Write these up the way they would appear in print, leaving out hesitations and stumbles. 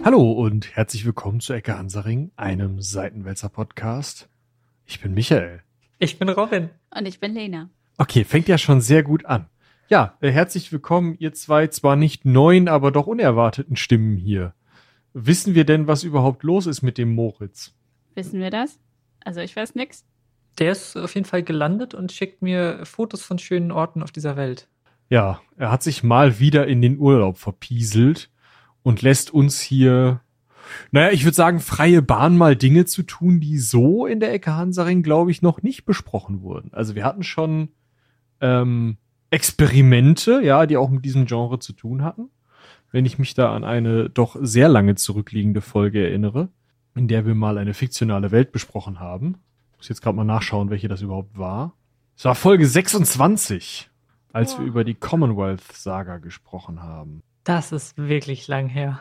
Hallo und herzlich willkommen zu Ecke Hansaring, einem Seitenwälzer-Podcast. Ich bin Michael. Ich bin Robin. Und ich bin Lena. Okay, fängt ja schon sehr gut an. Ja, herzlich willkommen, ihr zwei zwar nicht neuen, aber doch unerwarteten Stimmen hier. Wissen wir denn, was überhaupt los ist mit dem Moritz? Wissen wir das? Also ich weiß nix. Der ist auf jeden Fall gelandet und schickt mir Fotos von schönen Orten auf dieser Welt. Ja, er hat sich mal wieder in den Urlaub verpieselt und lässt uns hier, ich würde sagen, freie Bahn, mal Dinge zu tun, die so in der Ecke Hansaring, glaube ich, noch nicht besprochen wurden. Also wir hatten schon Experimente, ja, die auch mit diesem Genre zu tun hatten. Wenn ich mich da an eine doch sehr lange zurückliegende Folge erinnere, in der wir mal eine fiktionale Welt besprochen haben. Ich muss jetzt gerade mal nachschauen, welche das überhaupt war. Es war Folge 26, als wir über die Commonwealth-Saga gesprochen haben. Das ist wirklich lang her.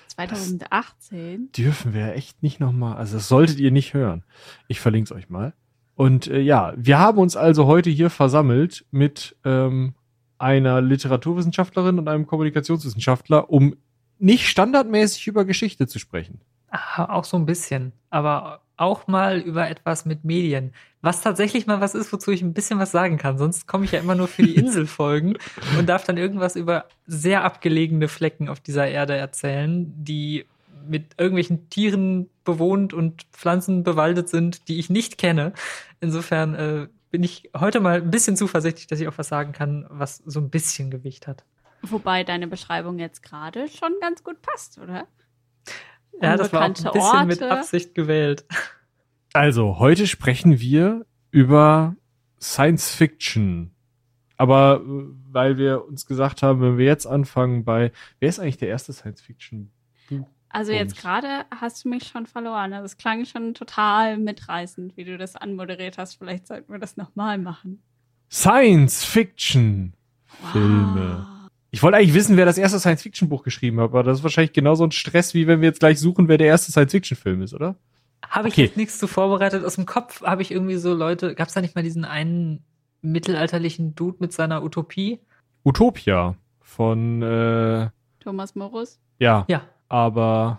2018? Das dürfen wir echt nicht nochmal, also das solltet ihr nicht hören. Ich verlinke es euch mal. Und wir haben uns also heute hier versammelt mit einer Literaturwissenschaftlerin und einem Kommunikationswissenschaftler, um nicht standardmäßig über Geschichte zu sprechen. Auch so ein bisschen, aber auch mal über etwas mit Medien. Was tatsächlich mal was ist, wozu ich ein bisschen was sagen kann. Sonst komme ich ja immer nur für die Inselfolgen und darf dann irgendwas über sehr abgelegene Flecken auf dieser Erde erzählen, die mit irgendwelchen Tieren bewohnt und Pflanzen bewaldet sind, die ich nicht kenne. Insofern bin ich heute mal ein bisschen zuversichtlich, dass ich auch was sagen kann, was so ein bisschen Gewicht hat. Wobei deine Beschreibung jetzt gerade schon ganz gut passt, oder? Ja, das war auch ein bisschen Orte. mit Absicht gewählt. Also, heute sprechen wir über Science Fiction. Aber weil wir uns gesagt haben, wenn wir jetzt anfangen wer ist eigentlich der erste Science Fiction Buch? Also jetzt gerade hast du mich schon verloren. Also es klang schon total mitreißend, wie du das anmoderiert hast. Vielleicht sollten wir das nochmal machen. Science Fiction Filme. Wow. Ich wollte eigentlich wissen, wer das erste Science Fiction Buch geschrieben hat, aber das ist wahrscheinlich genauso ein Stress, wie wenn wir jetzt gleich suchen, wer der erste Science Fiction Film ist, oder? Habe ich jetzt nichts zu vorbereitet. Aus dem Kopf habe ich irgendwie so Leute, gab es da nicht mal diesen einen mittelalterlichen Dude mit seiner Utopie? Utopia von Thomas Morus? Ja. Ja. Aber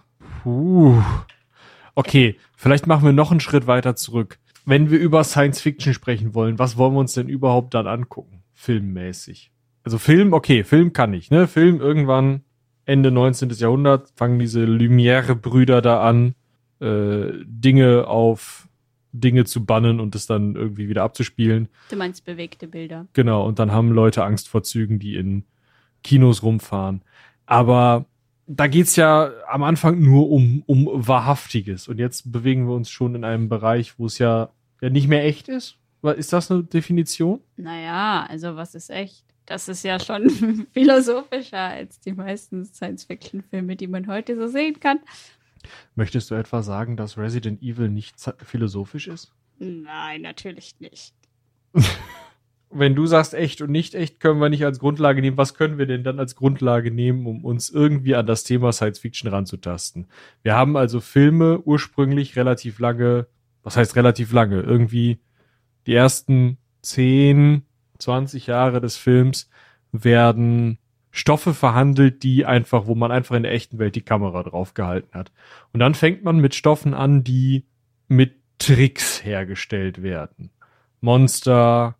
okay, vielleicht machen wir noch einen Schritt weiter zurück. Wenn wir über Science Fiction sprechen wollen, was wollen wir uns denn überhaupt dann angucken? Filmmäßig. Also Film kann ich, ne? Film irgendwann Ende 19. Jahrhundert fangen diese Lumière-Brüder da an, Dinge zu bannen und es dann irgendwie wieder abzuspielen. Du meinst bewegte Bilder. Genau, und dann haben Leute Angst vor Zügen, die in Kinos rumfahren. Aber da geht's ja am Anfang nur um Wahrhaftiges. Und jetzt bewegen wir uns schon in einem Bereich, wo es ja nicht mehr echt ist. Ist das eine Definition? Naja, also was ist echt? Das ist ja schon philosophischer als die meisten Science-Fiction-Filme, die man heute so sehen kann. Möchtest du etwa sagen, dass Resident Evil nicht philosophisch ist? Nein, natürlich nicht. Wenn du sagst echt und nicht echt, können wir nicht als Grundlage nehmen. Was können wir denn dann als Grundlage nehmen, um uns irgendwie an das Thema Science Fiction ranzutasten? Wir haben also Filme ursprünglich relativ lange, was heißt relativ lange? Irgendwie die ersten 10, 20 Jahre des Films werden Stoffe verhandelt, wo man einfach in der echten Welt die Kamera drauf gehalten hat. Und dann fängt man mit Stoffen an, die mit Tricks hergestellt werden. Monster,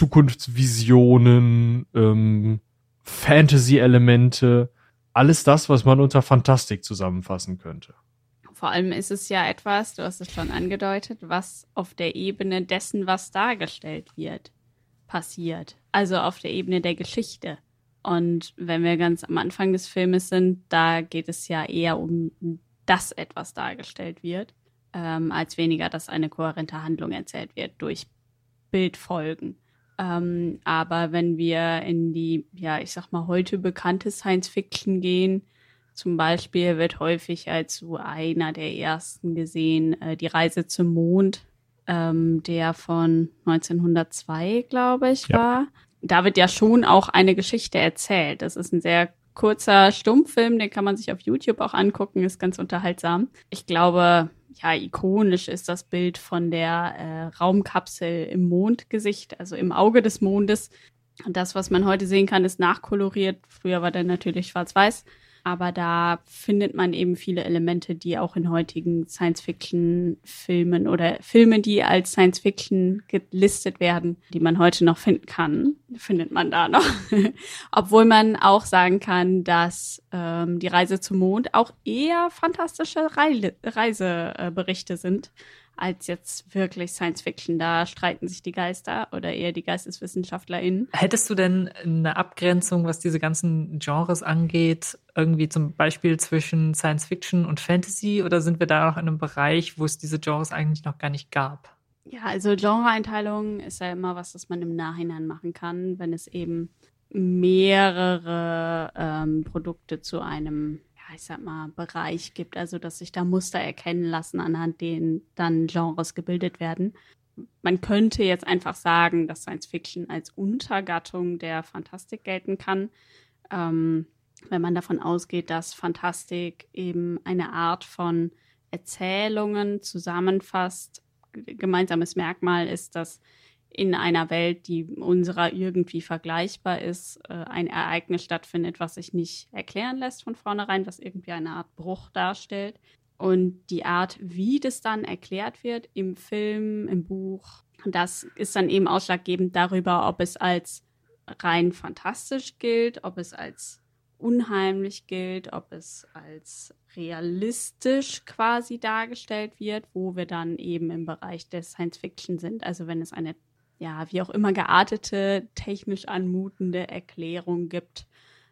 Zukunftsvisionen, Fantasy-Elemente, alles das, was man unter Fantastik zusammenfassen könnte. Vor allem ist es ja etwas, du hast es schon angedeutet, was auf der Ebene dessen, was dargestellt wird, passiert. Also auf der Ebene der Geschichte. Und wenn wir ganz am Anfang des Filmes sind, da geht es ja eher um, dass etwas dargestellt wird, als weniger, dass eine kohärente Handlung erzählt wird durch Bildfolgen. Aber wenn wir in die, ich sag mal, heute bekannte Science-Fiction gehen, zum Beispiel wird häufig als so einer der ersten gesehen, die Reise zum Mond, der von 1902, glaube ich, war. Da wird ja schon auch eine Geschichte erzählt. Das ist ein sehr kurzer Stummfilm, den kann man sich auf YouTube auch angucken, ist ganz unterhaltsam. Ich glaube, ikonisch ist das Bild von der Raumkapsel im Mondgesicht, also im Auge des Mondes. Und das, was man heute sehen kann, ist nachkoloriert. Früher war der natürlich schwarz-weiß. Aber da findet man eben viele Elemente, die auch in heutigen Science-Fiction-Filmen oder Filmen, die als Science-Fiction gelistet werden, die man heute noch finden kann, findet man da noch. Obwohl man auch sagen kann, dass die Reise zum Mond auch eher fantastische Reiseberichte sind, als jetzt wirklich Science-Fiction. Da streiten sich die Geister oder eher die GeisteswissenschaftlerInnen. Hättest du denn eine Abgrenzung, was diese ganzen Genres angeht, irgendwie zum Beispiel zwischen Science-Fiction und Fantasy, oder sind wir da noch in einem Bereich, wo es diese Genres eigentlich noch gar nicht gab? Ja, also Genreeinteilung ist ja immer was, das man im Nachhinein machen kann, wenn es eben mehrere Produkte zu einem, ich sag mal, Bereich gibt, also dass sich da Muster erkennen lassen, anhand denen dann Genres gebildet werden. Man könnte jetzt einfach sagen, dass Science Fiction als Untergattung der Fantastik gelten kann, wenn man davon ausgeht, dass Fantastik eben eine Art von Erzählungen zusammenfasst. Gemeinsames Merkmal ist, dass in einer Welt, die unserer irgendwie vergleichbar ist, ein Ereignis stattfindet, was sich nicht erklären lässt von vornherein, was irgendwie eine Art Bruch darstellt. Und die Art, wie das dann erklärt wird im Film, im Buch, das ist dann eben ausschlaggebend darüber, ob es als rein fantastisch gilt, ob es als unheimlich gilt, ob es als realistisch quasi dargestellt wird, wo wir dann eben im Bereich der Science Fiction sind. Also wenn es eine wie auch immer geartete, technisch anmutende Erklärung gibt.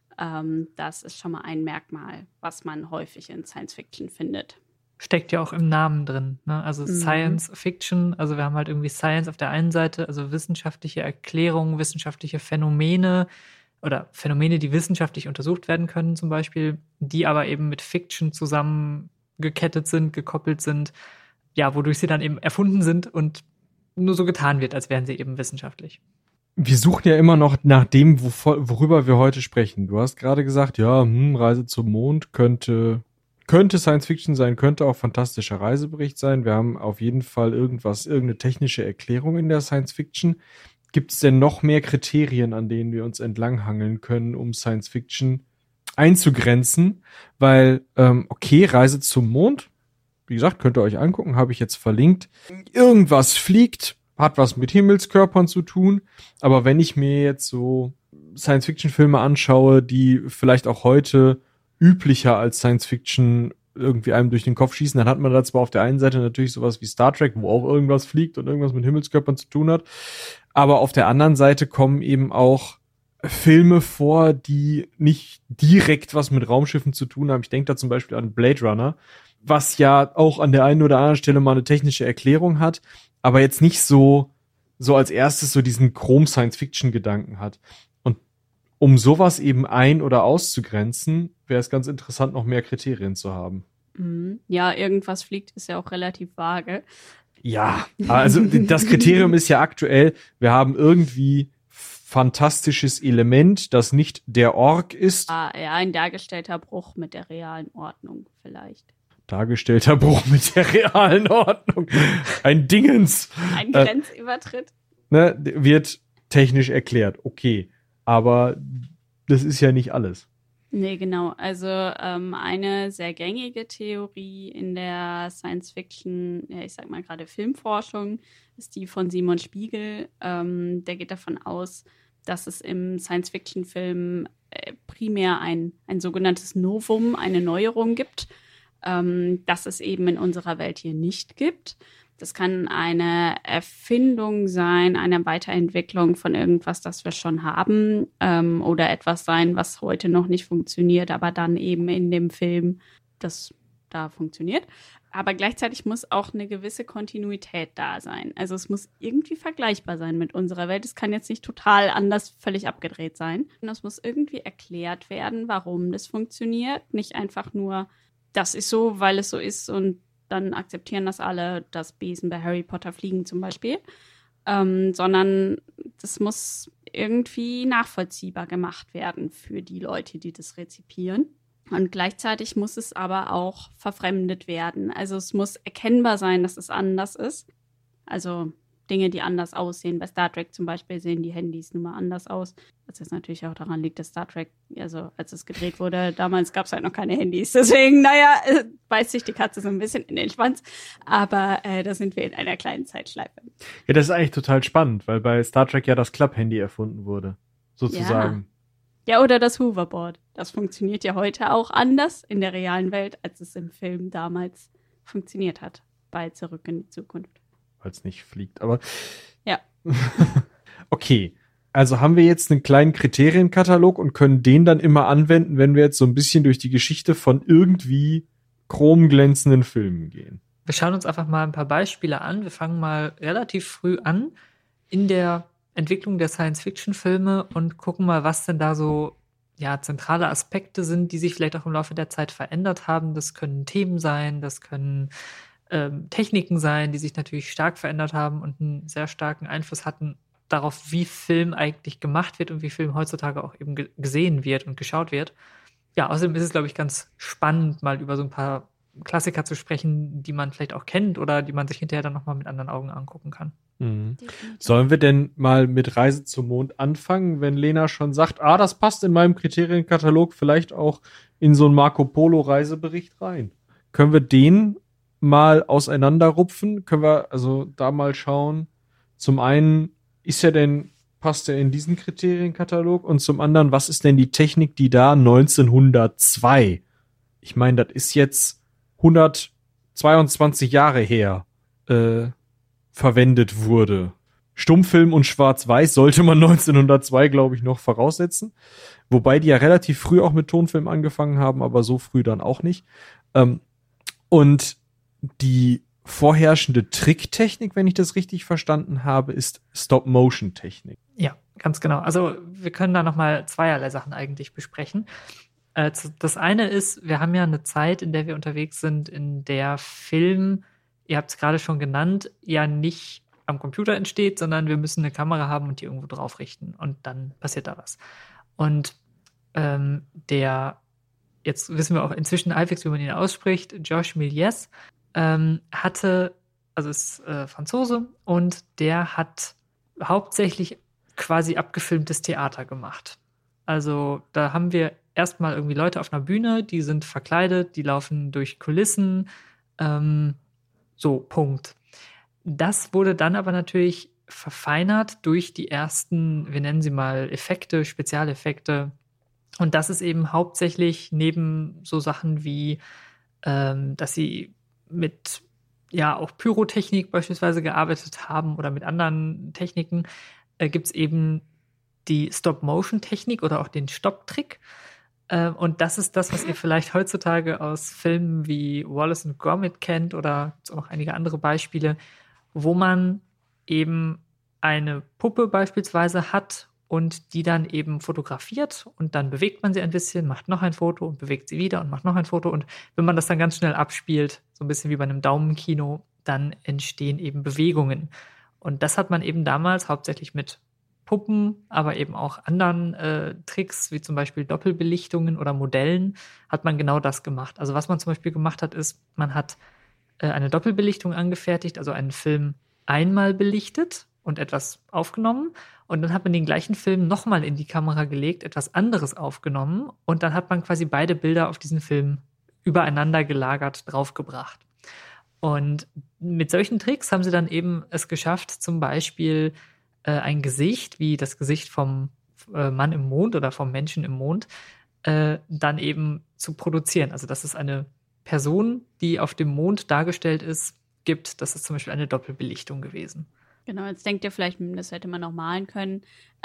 Das ist schon mal ein Merkmal, was man häufig in Science Fiction findet. Steckt ja auch im Namen drin, ne? Also Science Fiction, also wir haben halt irgendwie Science auf der einen Seite, also wissenschaftliche Erklärungen, wissenschaftliche Phänomene oder Phänomene, die wissenschaftlich untersucht werden können zum Beispiel, die aber eben mit Fiction zusammengekettet sind, gekoppelt sind, ja, wodurch sie dann eben erfunden sind und nur so getan wird, als wären sie eben wissenschaftlich. Wir suchen ja immer noch nach dem, worüber wir heute sprechen. Du hast gerade gesagt, Reise zum Mond könnte Science Fiction sein, könnte auch fantastischer Reisebericht sein. Wir haben auf jeden Fall irgendeine technische Erklärung in der Science Fiction. Gibt es denn noch mehr Kriterien, an denen wir uns entlanghangeln können, um Science Fiction einzugrenzen? Weil, Reise zum Mond, wie gesagt, könnt ihr euch angucken, habe ich jetzt verlinkt. Irgendwas fliegt, hat was mit Himmelskörpern zu tun. Aber wenn ich mir jetzt so Science-Fiction-Filme anschaue, die vielleicht auch heute üblicher als Science-Fiction irgendwie einem durch den Kopf schießen, dann hat man da zwar auf der einen Seite natürlich sowas wie Star Trek, wo auch irgendwas fliegt und irgendwas mit Himmelskörpern zu tun hat. Aber auf der anderen Seite kommen eben auch Filme vor, die nicht direkt was mit Raumschiffen zu tun haben. Ich denke da zum Beispiel an Blade Runner, was ja auch an der einen oder anderen Stelle mal eine technische Erklärung hat, aber jetzt nicht so als erstes so diesen Chrom-Science-Fiction-Gedanken hat. Und um sowas eben ein- oder auszugrenzen, wäre es ganz interessant, noch mehr Kriterien zu haben. Ja, irgendwas fliegt, ist ja auch relativ vage. Ja, also das Kriterium ist ja aktuell, wir haben irgendwie fantastisches Element, das nicht der Ork ist. Ein dargestellter Bruch mit der realen Ordnung vielleicht. Dargestellter Bruch mit der realen Ordnung. Ein Dingens. Ein Grenzübertritt. Wird technisch erklärt. Okay. Aber das ist ja nicht alles. Nee, genau. Also eine sehr gängige Theorie in der Science-Fiction, ich sag mal gerade Filmforschung, ist die von Simon Spiegel. Der geht davon aus, dass es im Science-Fiction-Film primär ein sogenanntes Novum, eine Neuerung gibt, das es eben in unserer Welt hier nicht gibt. Das kann eine Erfindung sein, eine Weiterentwicklung von irgendwas, das wir schon haben, oder etwas sein, was heute noch nicht funktioniert, aber dann eben in dem Film das da funktioniert. Aber gleichzeitig muss auch eine gewisse Kontinuität da sein. Also es muss irgendwie vergleichbar sein mit unserer Welt. Es kann jetzt nicht total anders, völlig abgedreht sein. Und es muss irgendwie erklärt werden, warum das funktioniert. Nicht einfach nur, das ist so, weil es so ist und dann akzeptieren das alle, dass Besen bei Harry Potter fliegen zum Beispiel. Sondern das muss irgendwie nachvollziehbar gemacht werden für die Leute, die das rezipieren. Und gleichzeitig muss es aber auch verfremdet werden. Also es muss erkennbar sein, dass es anders ist. Also Dinge, die anders aussehen. Bei Star Trek zum Beispiel sehen die Handys nun mal anders aus. Was jetzt natürlich auch daran liegt, dass Star Trek, also als es gedreht wurde, damals gab es halt noch keine Handys. Deswegen, beißt sich die Katze so ein bisschen in den Schwanz. Aber da sind wir in einer kleinen Zeitschleife. Ja, das ist eigentlich total spannend, weil bei Star Trek ja das Klapp-Handy erfunden wurde. Sozusagen. Ja, oder das Hoverboard. Das funktioniert ja heute auch anders in der realen Welt, als es im Film damals funktioniert hat. Bei Zurück in die Zukunft. Weil es nicht fliegt, aber ja. Okay, also haben wir jetzt einen kleinen Kriterienkatalog und können den dann immer anwenden, wenn wir jetzt so ein bisschen durch die Geschichte von irgendwie chromglänzenden Filmen gehen. Wir schauen uns einfach mal ein paar Beispiele an. Wir fangen mal relativ früh an in der Entwicklung der Science-Fiction-Filme und gucken mal, was denn da so zentrale Aspekte sind, die sich vielleicht auch im Laufe der Zeit verändert haben. Das können Themen sein, das können Techniken sein, die sich natürlich stark verändert haben und einen sehr starken Einfluss hatten darauf, wie Film eigentlich gemacht wird und wie Film heutzutage auch eben gesehen wird und geschaut wird. Ja, außerdem ist es, glaube ich, ganz spannend, mal über so ein paar Klassiker zu sprechen, die man vielleicht auch kennt oder die man sich hinterher dann nochmal mit anderen Augen angucken kann. Mhm. Sollen wir denn mal mit Reise zum Mond anfangen, wenn Lena schon sagt, das passt in meinem Kriterienkatalog vielleicht auch in so einen Marco Polo Reisebericht rein? Können wir den mal auseinanderrupfen? Können wir also da mal schauen? Zum einen, passt er in diesen Kriterienkatalog? Und zum anderen, was ist denn die Technik, die da 1902, ich meine, das ist jetzt 122 Jahre her, verwendet wurde. Stummfilm und Schwarz-Weiß sollte man 1902, glaube ich, noch voraussetzen. Wobei die ja relativ früh auch mit Tonfilm angefangen haben, aber so früh dann auch nicht. Und die vorherrschende Tricktechnik, wenn ich das richtig verstanden habe, ist Stop-Motion-Technik. Ja, ganz genau. Also wir können da nochmal zweierlei Sachen eigentlich besprechen. Das eine ist, wir haben ja eine Zeit, in der wir unterwegs sind, in der Film, ihr habt es gerade schon genannt, ja nicht am Computer entsteht, sondern wir müssen eine Kamera haben und die irgendwo drauf richten und dann passiert da was. Und jetzt wissen wir auch inzwischen halbwegs, wie man ihn ausspricht, Josh Méliès ist Franzose und der hat hauptsächlich quasi abgefilmtes Theater gemacht. Also da haben wir erstmal irgendwie Leute auf einer Bühne, die sind verkleidet, die laufen durch Kulissen, Punkt. Das wurde dann aber natürlich verfeinert durch die ersten, wir nennen sie mal Effekte, Spezialeffekte. Und das ist eben hauptsächlich neben so Sachen wie, dass sie mit auch Pyrotechnik beispielsweise gearbeitet haben oder mit anderen Techniken, gibt es eben die Stop-Motion-Technik oder auch den Stopp-Trick. Und das ist das, was ihr vielleicht heutzutage aus Filmen wie Wallace und Gromit kennt oder auch noch einige andere Beispiele, wo man eben eine Puppe beispielsweise hat und die dann eben fotografiert und dann bewegt man sie ein bisschen, macht noch ein Foto und bewegt sie wieder und macht noch ein Foto. Und wenn man das dann ganz schnell abspielt, so ein bisschen wie bei einem Daumenkino, dann entstehen eben Bewegungen. Und das hat man eben damals hauptsächlich mit Puppen, aber eben auch anderen Tricks, wie zum Beispiel Doppelbelichtungen oder Modellen, hat man genau das gemacht. Also was man zum Beispiel gemacht hat, ist, man hat eine Doppelbelichtung angefertigt, also einen Film einmal belichtet und etwas aufgenommen und dann hat man den gleichen Film nochmal in die Kamera gelegt, etwas anderes aufgenommen und dann hat man quasi beide Bilder auf diesen Film übereinander gelagert draufgebracht. Und mit solchen Tricks haben sie dann eben es geschafft, zum Beispiel ein Gesicht, wie das Gesicht vom Mann im Mond oder vom Menschen im Mond, dann eben zu produzieren. Also dass es eine Person, die auf dem Mond dargestellt ist, gibt. Das ist zum Beispiel eine Doppelbelichtung gewesen. Genau, jetzt denkt ihr vielleicht, das hätte man noch malen können.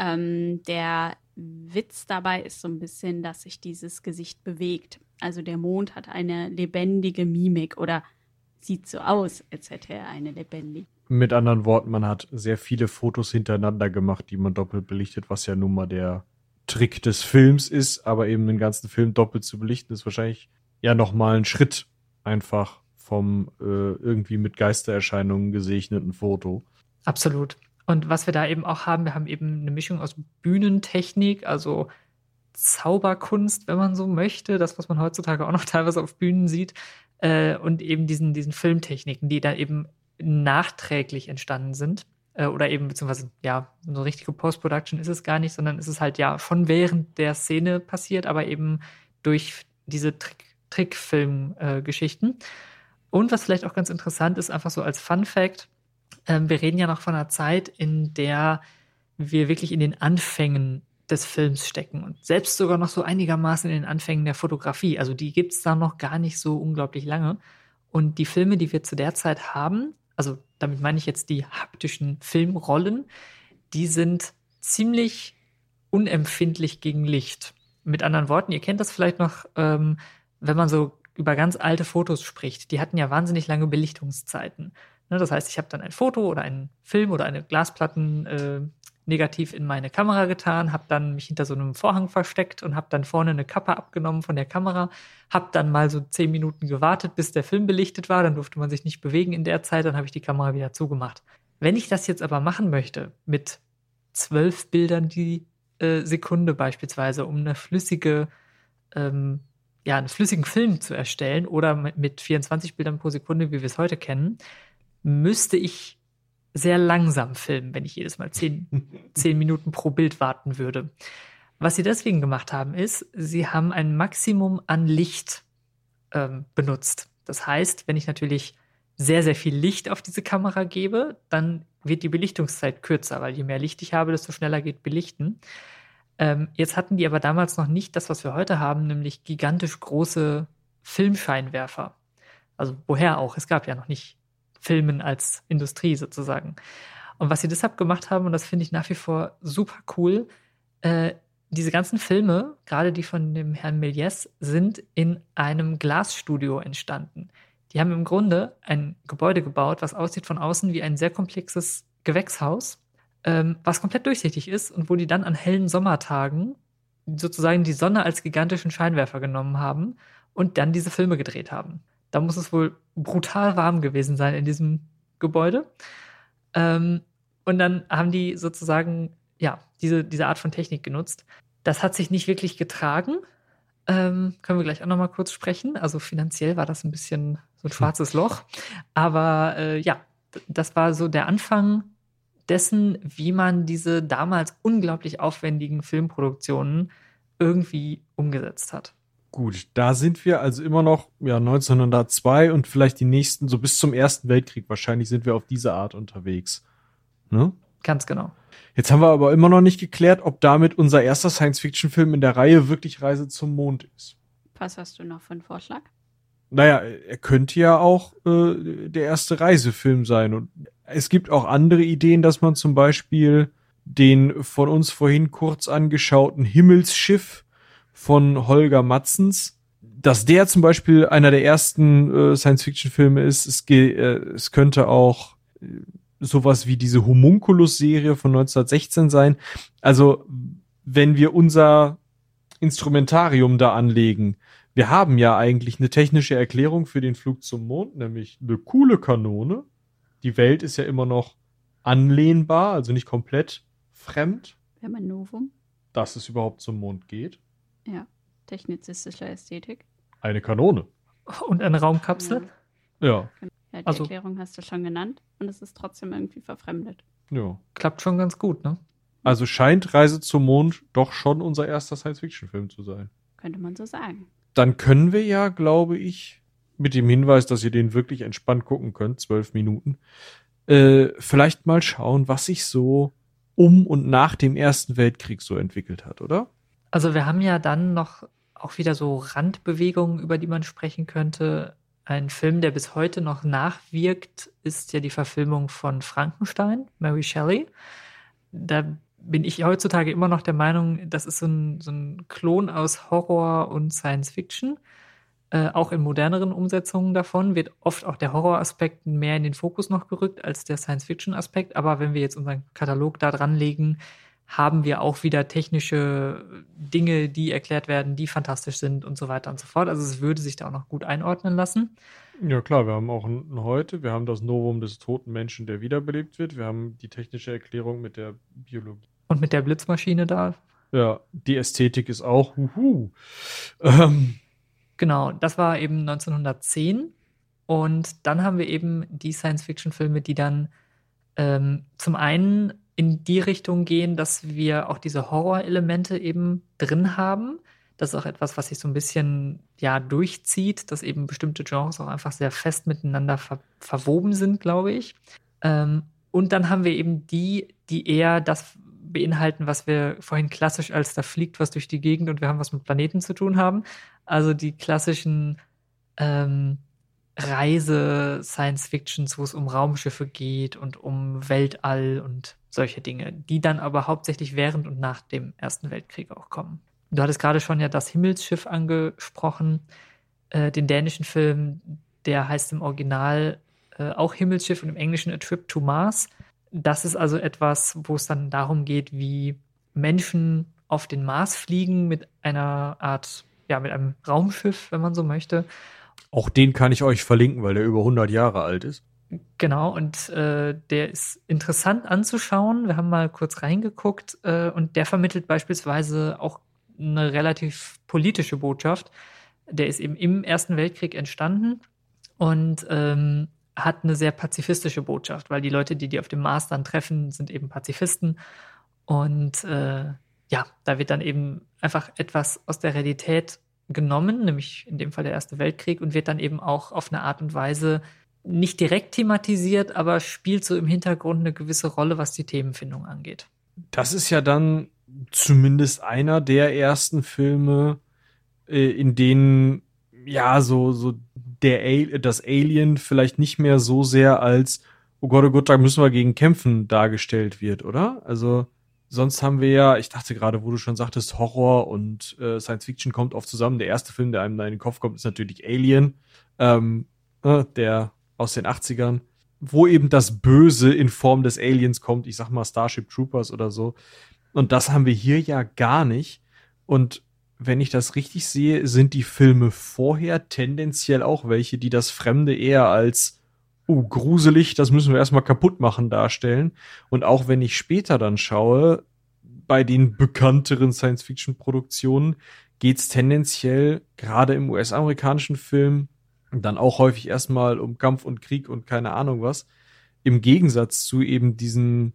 Der Witz dabei ist so ein bisschen, dass sich dieses Gesicht bewegt. Also der Mond hat eine lebendige Mimik oder sieht so aus, als hätte er eine lebendige. Mit anderen Worten, man hat sehr viele Fotos hintereinander gemacht, die man doppelt belichtet, was ja nun mal der Trick des Films ist, aber eben den ganzen Film doppelt zu belichten, ist wahrscheinlich ja nochmal ein Schritt einfach vom irgendwie mit Geistererscheinungen gesegneten Foto. Absolut. Und was wir da eben auch haben, wir haben eben eine Mischung aus Bühnentechnik, also Zauberkunst, wenn man so möchte, das, was man heutzutage auch noch teilweise auf Bühnen sieht, und eben diesen Filmtechniken, die da eben nachträglich entstanden sind. oder eben, beziehungsweise, ja, so eine richtige Post-Production ist es gar nicht, sondern es ist halt ja schon während der Szene passiert, aber eben durch diese Trickfilm-Geschichten. Und was vielleicht auch ganz interessant ist, einfach so als Fun-Fact, wir reden ja noch von einer Zeit, in der wir wirklich in den Anfängen des Films stecken und selbst sogar noch so einigermaßen in den Anfängen der Fotografie. Also die gibt es da noch gar nicht so unglaublich lange. Und die Filme, die wir zu der Zeit haben, also damit meine ich jetzt die haptischen Filmrollen, die sind ziemlich unempfindlich gegen Licht. Mit anderen Worten, ihr kennt das vielleicht noch, wenn man so über ganz alte Fotos spricht. Die hatten ja wahnsinnig lange Belichtungszeiten. Ne, das heißt, ich habe dann ein Foto oder einen Film oder eine Glasplatten negativ in meine Kamera getan, habe dann mich hinter so einem Vorhang versteckt und habe dann vorne eine Kappe abgenommen von der Kamera, habe dann mal so 10 Minuten gewartet, bis der Film belichtet war, dann durfte man sich nicht bewegen in der Zeit, dann habe ich die Kamera wieder zugemacht. Wenn ich das jetzt aber machen möchte, mit 12 Bildern die Sekunde beispielsweise, um einen flüssigen Film zu erstellen oder mit 24 Bildern pro Sekunde, wie wir es heute kennen, müsste ich sehr langsam filmen, wenn ich jedes Mal 10 Minuten pro Bild warten würde. Was sie deswegen gemacht haben, ist, sie haben ein Maximum an Licht benutzt. Das heißt, wenn ich natürlich sehr, sehr viel Licht auf diese Kamera gebe, dann wird die Belichtungszeit kürzer, weil je mehr Licht ich habe, desto schneller geht Belichten. Jetzt hatten die aber damals noch nicht das, was wir heute haben, nämlich gigantisch große Filmscheinwerfer. Also woher auch? Es gab ja noch nicht Filmen als Industrie sozusagen. Und was sie deshalb gemacht haben, und das finde ich nach wie vor super cool, diese ganzen Filme, gerade die von dem Herrn Méliès, sind in einem Glasstudio entstanden. Die haben im Grunde ein Gebäude gebaut, was aussieht von außen wie ein sehr komplexes Gewächshaus, was komplett durchsichtig ist und wo die dann an hellen Sommertagen sozusagen die Sonne als gigantischen Scheinwerfer genommen haben und dann diese Filme gedreht haben. Da muss es wohl brutal warm gewesen sein in diesem Gebäude. Und dann haben die sozusagen, ja, diese Art von Technik genutzt. Das hat sich nicht wirklich getragen. Können wir gleich auch noch mal kurz sprechen. Also finanziell war das ein bisschen so ein schwarzes Loch. Aber das war so der Anfang dessen, wie man diese damals unglaublich aufwendigen Filmproduktionen irgendwie umgesetzt hat. Gut, da sind wir also immer noch 1902 und vielleicht die nächsten, so bis zum Ersten Weltkrieg wahrscheinlich sind wir auf diese Art unterwegs. Ne? Ganz genau. Jetzt haben wir aber immer noch nicht geklärt, ob damit unser erster Science-Fiction-Film in der Reihe wirklich Reise zum Mond ist. Was hast du noch für einen Vorschlag? Naja, er könnte ja auch der erste Reisefilm sein. Und es gibt auch andere Ideen, dass man zum Beispiel den von uns vorhin kurz angeschauten Himmelsschiff von Holger Matzens, dass der zum Beispiel einer der ersten Science-Fiction-Filme ist. Es könnte auch sowas wie diese Homunculus-Serie von 1916 sein. Also, wenn wir unser Instrumentarium da anlegen, wir haben ja eigentlich eine technische Erklärung für den Flug zum Mond, nämlich eine coole Kanone. Die Welt ist ja immer noch anlehnbar, also nicht komplett fremd. Wir haben ein Novum. Dass es überhaupt zum Mond geht. Ja, technizistische Ästhetik. Eine Kanone. Und eine Raumkapsel. Ja. Ja, die Erklärung hast du schon genannt. Und es ist trotzdem irgendwie verfremdet. Ja. Klappt schon ganz gut, ne? Also scheint Reise zum Mond doch schon unser erster Science-Fiction-Film zu sein. Könnte man so sagen. Dann können wir ja, glaube ich, mit dem Hinweis, dass ihr den wirklich entspannt gucken könnt, 12 Minuten, vielleicht mal schauen, was sich so um und nach dem Ersten Weltkrieg so entwickelt hat, oder? Also wir haben ja dann noch auch wieder so Randbewegungen, über die man sprechen könnte. Ein Film, der bis heute noch nachwirkt, ist ja die Verfilmung von Frankenstein, Mary Shelley. Da bin ich heutzutage immer noch der Meinung, das ist so ein Klon aus Horror und Science Fiction. Auch in moderneren Umsetzungen davon wird oft auch der Horroraspekt mehr in den Fokus noch gerückt als der Science-Fiction-Aspekt. Aber wenn wir jetzt unseren Katalog da dran legen, haben wir auch wieder technische Dinge, die erklärt werden, die fantastisch sind und so weiter und so fort. Also es würde sich da auch noch gut einordnen lassen. Ja klar, wir haben auch heute, wir haben das Novum des toten Menschen, der wiederbelebt wird. Wir haben die technische Erklärung mit der Biologie. Und mit der Blitzmaschine da. Ja, die Ästhetik ist auch Genau, das war eben 1910. Und dann haben wir eben die Science-Fiction-Filme, die dann zum einen in die Richtung gehen, dass wir auch diese Horrorelemente eben drin haben. Das ist auch etwas, was sich so ein bisschen durchzieht, dass eben bestimmte Genres auch einfach sehr fest miteinander verwoben sind, glaube ich. Und dann haben wir eben die eher das beinhalten, was wir vorhin klassisch als da fliegt was durch die Gegend und wir haben was mit Planeten zu tun haben. Also die klassischen Reise-Science-Fictions, wo es um Raumschiffe geht und um Weltall und solche Dinge, die dann aber hauptsächlich während und nach dem Ersten Weltkrieg auch kommen. Du hattest gerade schon ja das Himmelsschiff angesprochen, den dänischen Film, der heißt im Original auch Himmelsschiff und im Englischen A Trip to Mars. Das ist also etwas, wo es dann darum geht, wie Menschen auf den Mars fliegen mit einer Art, mit einem Raumschiff, wenn man so möchte. Auch den kann ich euch verlinken, weil der über 100 Jahre alt ist. Genau, und der ist interessant anzuschauen. Wir haben mal kurz reingeguckt und der vermittelt beispielsweise auch eine relativ politische Botschaft. Der ist eben im Ersten Weltkrieg entstanden und hat eine sehr pazifistische Botschaft, weil die Leute, die auf dem Mars dann treffen, sind eben Pazifisten. Und da wird dann eben einfach etwas aus der Realität genommen, nämlich in dem Fall der Erste Weltkrieg, und wird dann eben auch auf eine Art und Weise nicht direkt thematisiert, aber spielt so im Hintergrund eine gewisse Rolle, was die Themenfindung angeht. Das ist ja dann zumindest einer der ersten Filme, in denen das Alien vielleicht nicht mehr so sehr als oh Gott, da müssen wir gegen kämpfen dargestellt wird, oder? Also sonst haben wir ja, ich dachte gerade, wo du schon sagtest, Horror und Science Fiction kommt oft zusammen. Der erste Film, der einem da in den Kopf kommt, ist natürlich Alien, der aus den 80ern, wo eben das Böse in Form des Aliens kommt. Ich sag mal Starship Troopers oder so. Und das haben wir hier ja gar nicht. Und wenn ich das richtig sehe, sind die Filme vorher tendenziell auch welche, die das Fremde eher als gruselig, das müssen wir erstmal kaputt machen, darstellen. Und auch wenn ich später dann schaue, bei den bekannteren Science-Fiction-Produktionen geht's tendenziell, gerade im US-amerikanischen Film, dann auch häufig erstmal um Kampf und Krieg und keine Ahnung was. Im Gegensatz zu eben diesem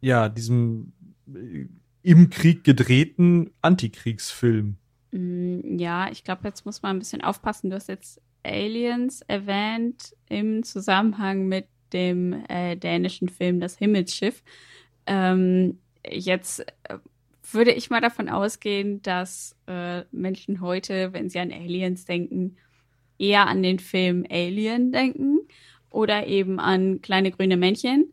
im Krieg gedrehten Antikriegsfilm. Ja, ich glaube, jetzt muss man ein bisschen aufpassen. Du hast jetzt Aliens erwähnt im Zusammenhang mit dem dänischen Film Das Himmelsschiff. Jetzt würde ich mal davon ausgehen, dass Menschen heute, wenn sie an Aliens denken, eher an den Film Alien denken oder eben an kleine grüne Männchen.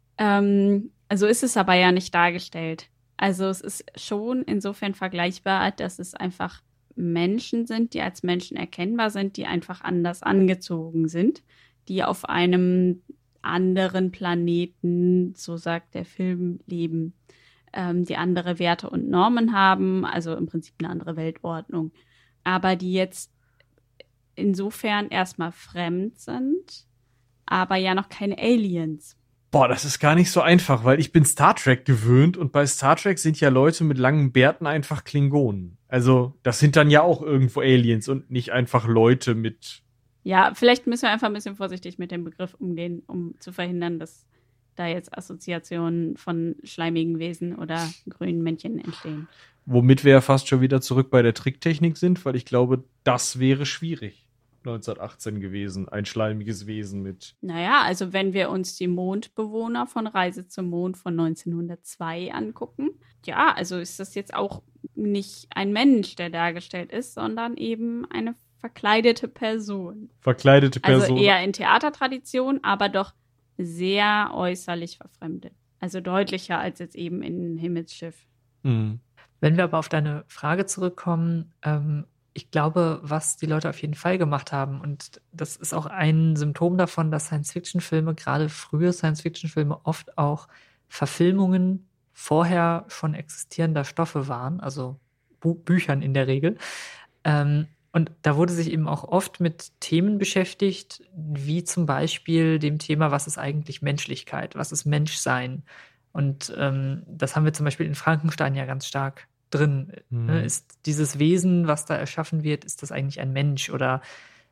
Also ist es aber ja nicht dargestellt. Also es ist schon insofern vergleichbar, dass es einfach Menschen sind, die als Menschen erkennbar sind, die einfach anders angezogen sind, die auf einem anderen Planeten, so sagt der Film, leben, die andere Werte und Normen haben, also im Prinzip eine andere Weltordnung, aber die jetzt insofern erstmal fremd sind, aber ja noch keine Aliens. Boah, das ist gar nicht so einfach, weil ich bin Star Trek gewöhnt und bei Star Trek sind ja Leute mit langen Bärten einfach Klingonen. Also das sind dann ja auch irgendwo Aliens und nicht einfach Leute mit... Ja, vielleicht müssen wir einfach ein bisschen vorsichtig mit dem Begriff umgehen, um zu verhindern, dass da jetzt Assoziationen von schleimigen Wesen oder grünen Männchen entstehen. Womit wir ja fast schon wieder zurück bei der Tricktechnik sind, weil ich glaube, das wäre schwierig. 1918 gewesen, ein schleimiges Wesen mit. Naja, also wenn wir uns die Mondbewohner von Reise zum Mond von 1902 angucken, ja, also ist das jetzt auch nicht ein Mensch, der dargestellt ist, sondern eben eine verkleidete Person. Verkleidete Person. Also eher in Theatertradition, aber doch sehr äußerlich verfremdet. Also deutlicher als jetzt eben in Himmelsschiff. Mhm. Wenn wir aber auf deine Frage zurückkommen, ich glaube, was die Leute auf jeden Fall gemacht haben, und das ist auch ein Symptom davon, dass Science-Fiction-Filme, gerade frühe Science-Fiction-Filme, oft auch Verfilmungen vorher schon existierender Stoffe waren, also Büchern in der Regel. Und da wurde sich eben auch oft mit Themen beschäftigt, wie zum Beispiel dem Thema, was ist eigentlich Menschlichkeit, was ist Menschsein? Und das haben wir zum Beispiel in Frankenstein ja ganz stark drin. Ne? Ist dieses Wesen, was da erschaffen wird, ist das eigentlich ein Mensch? Oder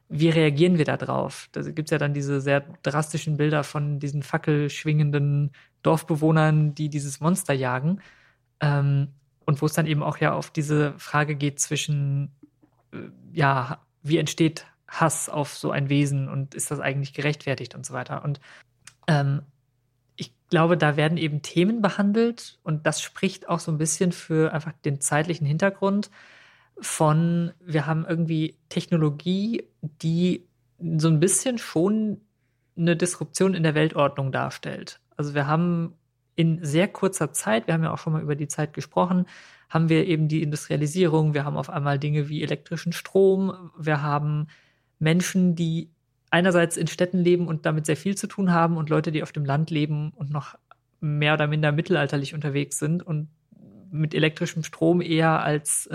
wie reagieren wir da drauf? Da gibt es ja dann diese sehr drastischen Bilder von diesen fackelschwingenden Dorfbewohnern, die dieses Monster jagen. Und wo es dann eben auch ja auf diese Frage geht zwischen, wie entsteht Hass auf so ein Wesen und ist das eigentlich gerechtfertigt und so weiter. Und ich glaube, da werden eben Themen behandelt und das spricht auch so ein bisschen für einfach den zeitlichen Hintergrund wir haben irgendwie Technologie, die so ein bisschen schon eine Disruption in der Weltordnung darstellt. Also wir haben in sehr kurzer Zeit, wir haben ja auch schon mal über die Zeit gesprochen, haben wir eben die Industrialisierung, wir haben auf einmal Dinge wie elektrischen Strom, wir haben Menschen, die einerseits in Städten leben und damit sehr viel zu tun haben und Leute, die auf dem Land leben und noch mehr oder minder mittelalterlich unterwegs sind und mit elektrischem Strom eher als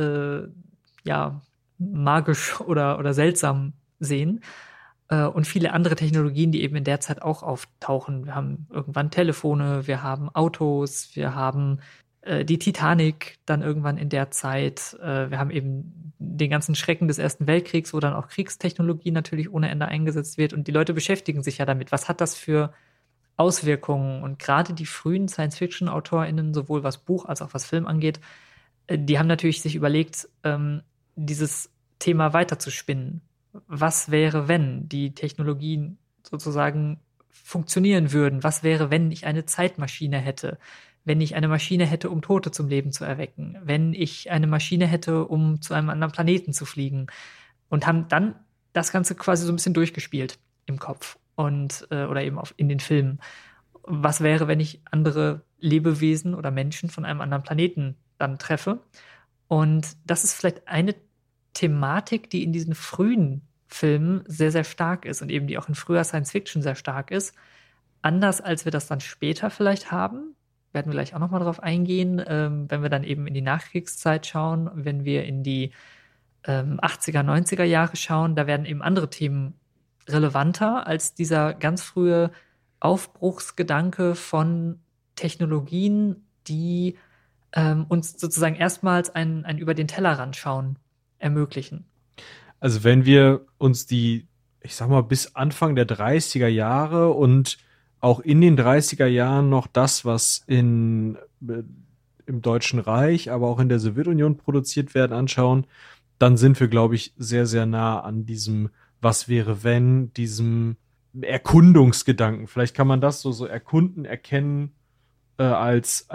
magisch oder seltsam sehen. Und viele andere Technologien, die eben in der Zeit auch auftauchen. Wir haben irgendwann Telefone, wir haben Autos, wir haben die Titanic dann irgendwann in der Zeit. Wir haben eben den ganzen Schrecken des Ersten Weltkriegs, wo dann auch Kriegstechnologie natürlich ohne Ende eingesetzt wird. Und die Leute beschäftigen sich ja damit. Was hat das für Auswirkungen? Und gerade die frühen Science-Fiction-AutorInnen, sowohl was Buch als auch was Film angeht, die haben natürlich sich überlegt, dieses Thema weiterzuspinnen. Was wäre, wenn die Technologien sozusagen funktionieren würden? Was wäre, wenn ich eine Zeitmaschine hätte? Wenn ich eine Maschine hätte, um Tote zum Leben zu erwecken? Wenn ich eine Maschine hätte, um zu einem anderen Planeten zu fliegen? Und haben dann das Ganze quasi so ein bisschen durchgespielt im Kopf oder eben in den Filmen. Was wäre, wenn ich andere Lebewesen oder Menschen von einem anderen Planeten dann treffe? Und das ist vielleicht eine Thematik, die in diesen frühen Filmen sehr, sehr stark ist und eben die auch in früher Science-Fiction sehr stark ist. Anders als wir das dann später vielleicht haben, werden wir gleich auch nochmal drauf eingehen, wenn wir dann eben in die Nachkriegszeit schauen, wenn wir in die 80er, 90er Jahre schauen, da werden eben andere Themen relevanter als dieser ganz frühe Aufbruchsgedanke von Technologien, die uns sozusagen erstmals ein über den Tellerrand schauen ermöglichen. Also wenn wir uns ich sag mal, bis Anfang der 30er Jahre und auch in den 30er Jahren noch das, was im Deutschen Reich, aber auch in der Sowjetunion produziert werden, anschauen, dann sind wir, glaube ich, sehr, sehr nah an diesem Was wäre wenn, diesem Erkundungsgedanken. Vielleicht kann man das so erkunden, erkennen als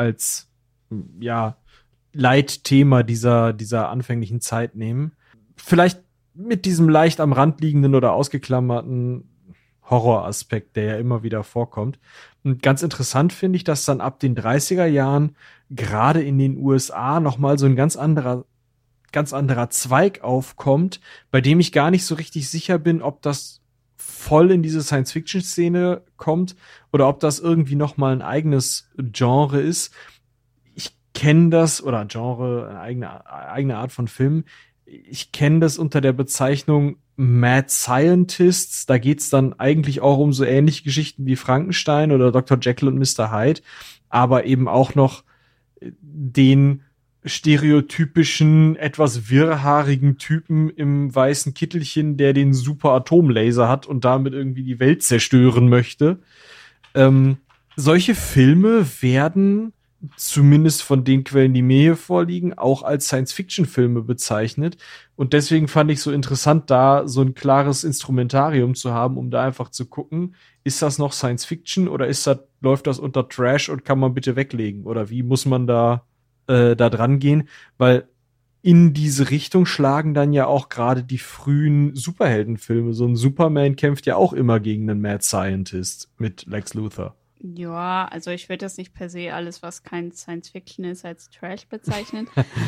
Leitthema dieser anfänglichen Zeit nehmen. Vielleicht mit diesem leicht am Rand liegenden oder ausgeklammerten Horroraspekt, der ja immer wieder vorkommt. Und ganz interessant finde ich, dass dann ab den 30er Jahren gerade in den USA nochmal so ein ganz anderer Zweig aufkommt, bei dem ich gar nicht so richtig sicher bin, ob das voll in diese Science-Fiction-Szene kommt oder ob das irgendwie nochmal ein eigenes Genre ist. Ich kenne das, oder Genre, eine eigene Art von Film. Ich kenne das unter der Bezeichnung Mad Scientists. Da geht's dann eigentlich auch um so ähnliche Geschichten wie Frankenstein oder Dr. Jekyll und Mr. Hyde, aber eben auch noch den stereotypischen, etwas wirrhaarigen Typen im weißen Kittelchen, der den super Atomlaser hat und damit irgendwie die Welt zerstören möchte. Solche Filme werden zumindest von den Quellen, die mir hier vorliegen, auch als Science-Fiction-Filme bezeichnet. Und deswegen fand ich so interessant, da so ein klares Instrumentarium zu haben, um da einfach zu gucken, ist das noch Science-Fiction oder läuft das unter Trash und kann man bitte weglegen? Oder wie muss man da dran gehen? Weil in diese Richtung schlagen dann ja auch gerade die frühen Superheldenfilme. So ein Superman kämpft ja auch immer gegen einen Mad Scientist mit Lex Luthor. Ja, also ich würde das nicht per se alles, was kein Science-Fiction ist, als Trash bezeichnen.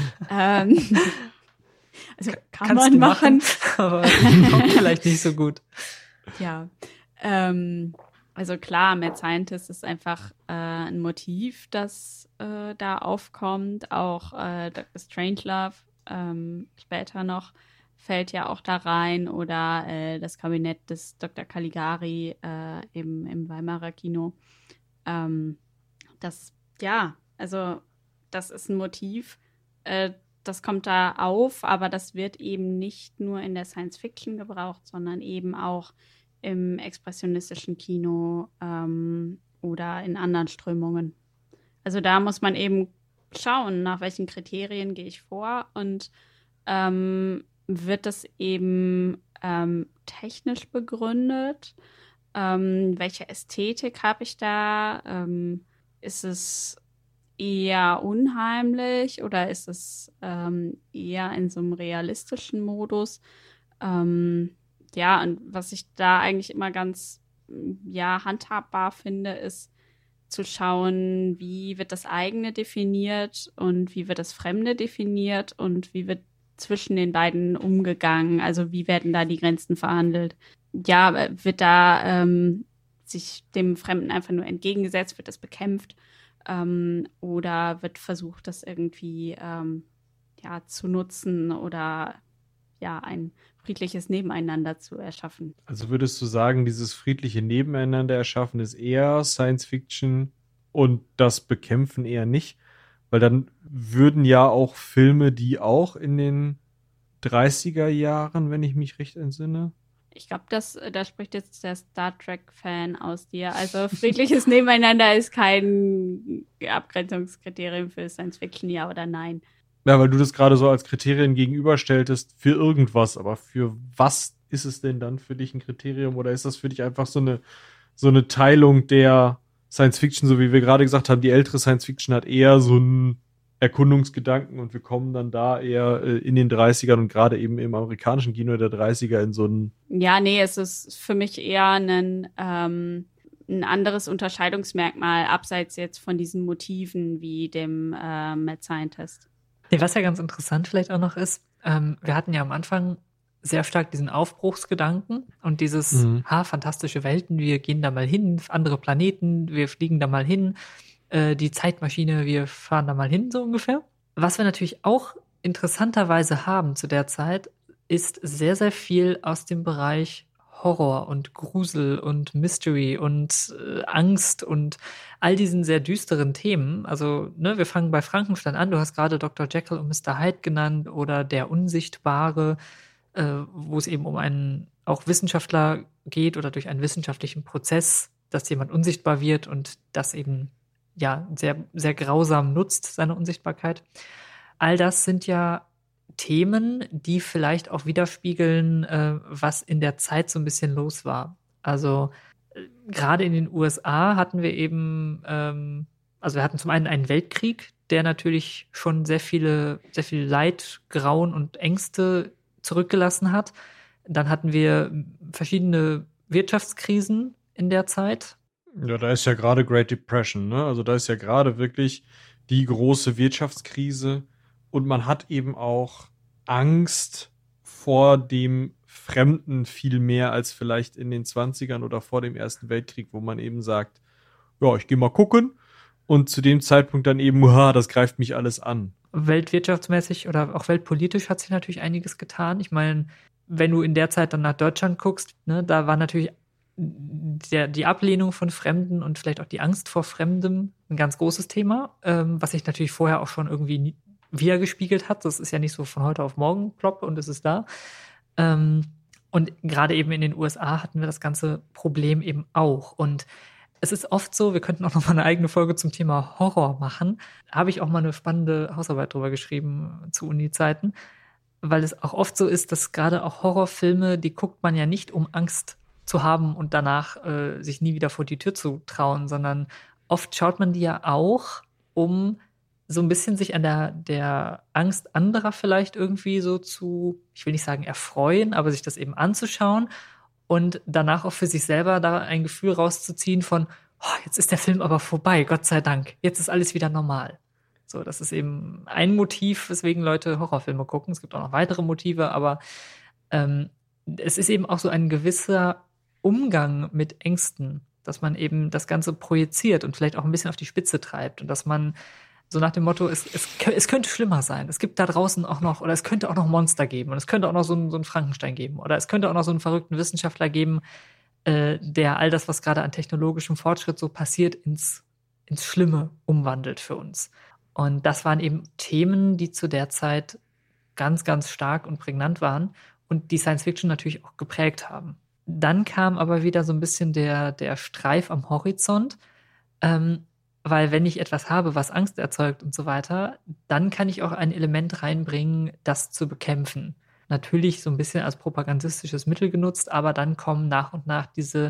Also kann man machen. Aber kommt vielleicht nicht so gut. Ja, also klar, Mad Scientist ist einfach ein Motiv, das da aufkommt. Auch Dr. Strangelove später noch fällt ja auch da rein. Oder das Kabinett des Dr. Caligari im Weimarer Kino. Das ist ein Motiv, das kommt da auf, aber das wird eben nicht nur in der Science Fiction gebraucht, sondern eben auch im expressionistischen Kino oder in anderen Strömungen. Also da muss man eben schauen, nach welchen Kriterien gehe ich vor und wird das eben technisch begründet? Welche Ästhetik habe ich da? Ist es eher unheimlich oder ist es eher in so einem realistischen Modus? Ja, und was ich da eigentlich immer ganz handhabbar finde, ist zu schauen, wie wird das eigene definiert und wie wird das Fremde definiert und wie wird zwischen den beiden umgegangen, also wie werden da die Grenzen verhandelt. Ja, wird da sich dem Fremden einfach nur entgegengesetzt, wird das bekämpft oder wird versucht, das irgendwie zu nutzen oder ein friedliches Nebeneinander zu erschaffen. Also würdest du sagen, dieses friedliche Nebeneinander erschaffen ist eher Science Fiction und das Bekämpfen eher nicht? Weil dann würden ja auch Filme, die auch in den 30er Jahren, wenn ich mich recht entsinne. Ich glaube, da spricht jetzt der Star Trek-Fan aus dir. Also friedliches Nebeneinander ist kein Abgrenzungskriterium für Science Fiction, ja oder nein. Ja, weil du das gerade so als Kriterien gegenüberstelltest für irgendwas, aber für was ist es denn dann für dich ein Kriterium oder ist das für dich einfach so eine Teilung der Science Fiction, so wie wir gerade gesagt haben, die ältere Science Fiction hat eher so einen Erkundungsgedanken und wir kommen dann da eher in den 30ern und gerade eben im amerikanischen Kino der 30er in so einen... Ja, nee, es ist für mich eher ein anderes Unterscheidungsmerkmal, abseits jetzt von diesen Motiven wie dem Mad Scientist. Nee, was ja ganz interessant vielleicht auch noch ist, wir hatten ja am Anfang sehr stark diesen Aufbruchsgedanken und dieses, fantastische Welten, wir gehen da mal hin, andere Planeten, wir fliegen da mal hin, die Zeitmaschine, wir fahren da mal hin, so ungefähr. Was wir natürlich auch interessanterweise haben zu der Zeit, ist sehr, sehr viel aus dem Bereich Horror und Grusel und Mystery und Angst und all diesen sehr düsteren Themen. Also, ne, wir fangen bei Frankenstein an. Du hast gerade Dr. Jekyll und Mr. Hyde genannt oder Der Unsichtbare, wo es eben um einen auch Wissenschaftler geht oder durch einen wissenschaftlichen Prozess, dass jemand unsichtbar wird und das eben sehr, sehr grausam nutzt, seine Unsichtbarkeit. All das sind ja Themen, die vielleicht auch widerspiegeln, was in der Zeit so ein bisschen los war. Also gerade in den USA hatten wir eben, wir hatten zum einen einen Weltkrieg, der natürlich schon sehr viel Leid, Grauen und Ängste zurückgelassen hat. Dann hatten wir verschiedene Wirtschaftskrisen in der Zeit. Ja, da ist ja gerade Great Depression, ne? Also da ist ja gerade wirklich die große Wirtschaftskrise. Und man hat eben auch Angst vor dem Fremden viel mehr als vielleicht in den 20ern oder vor dem Ersten Weltkrieg, wo man eben sagt, ja, ich gehe mal gucken. Und zu dem Zeitpunkt dann eben, das greift mich alles an. Weltwirtschaftsmäßig oder auch weltpolitisch hat sich natürlich einiges getan. Ich meine, wenn du in der Zeit dann nach Deutschland guckst, ne, da war natürlich die Ablehnung von Fremden und vielleicht auch die Angst vor Fremdem ein ganz großes Thema, was sich natürlich vorher auch schon irgendwie wiedergespiegelt hat. Das ist ja nicht so von heute auf morgen plopp und es ist da. Und gerade eben in den USA hatten wir das ganze Problem eben auch. Und es ist oft so, wir könnten auch noch mal eine eigene Folge zum Thema Horror machen. Da habe ich auch mal eine spannende Hausarbeit drüber geschrieben zu Uni-Zeiten, weil es auch oft so ist, dass gerade auch Horrorfilme, die guckt man ja nicht, um Angst zu haben und danach sich nie wieder vor die Tür zu trauen, sondern oft schaut man die ja auch, um so ein bisschen sich an der Angst anderer vielleicht irgendwie so zu, ich will nicht sagen erfreuen, aber sich das eben anzuschauen und danach auch für sich selber da ein Gefühl rauszuziehen von, jetzt ist der Film aber vorbei, Gott sei Dank, jetzt ist alles wieder normal. So, das ist eben ein Motiv, weswegen Leute Horrorfilme gucken. Es gibt auch noch weitere Motive, aber es ist eben auch so ein gewisser Umgang mit Ängsten, dass man eben das Ganze projiziert und vielleicht auch ein bisschen auf die Spitze treibt und dass man so nach dem Motto, es könnte schlimmer sein. Es gibt da draußen auch noch, oder es könnte auch noch Monster geben und es könnte auch noch so einen Frankenstein geben oder es könnte auch noch so einen verrückten Wissenschaftler geben, der all das, was gerade an technologischem Fortschritt so passiert, ins Schlimme umwandelt für uns. Und das waren eben Themen, die zu der Zeit ganz, ganz stark und prägnant waren und die Science Fiction natürlich auch geprägt haben. Dann kam aber wieder so ein bisschen der Streif am Horizont, weil wenn ich etwas habe, was Angst erzeugt und so weiter, dann kann ich auch ein Element reinbringen, das zu bekämpfen. Natürlich so ein bisschen als propagandistisches Mittel genutzt, aber dann kommen nach und nach diese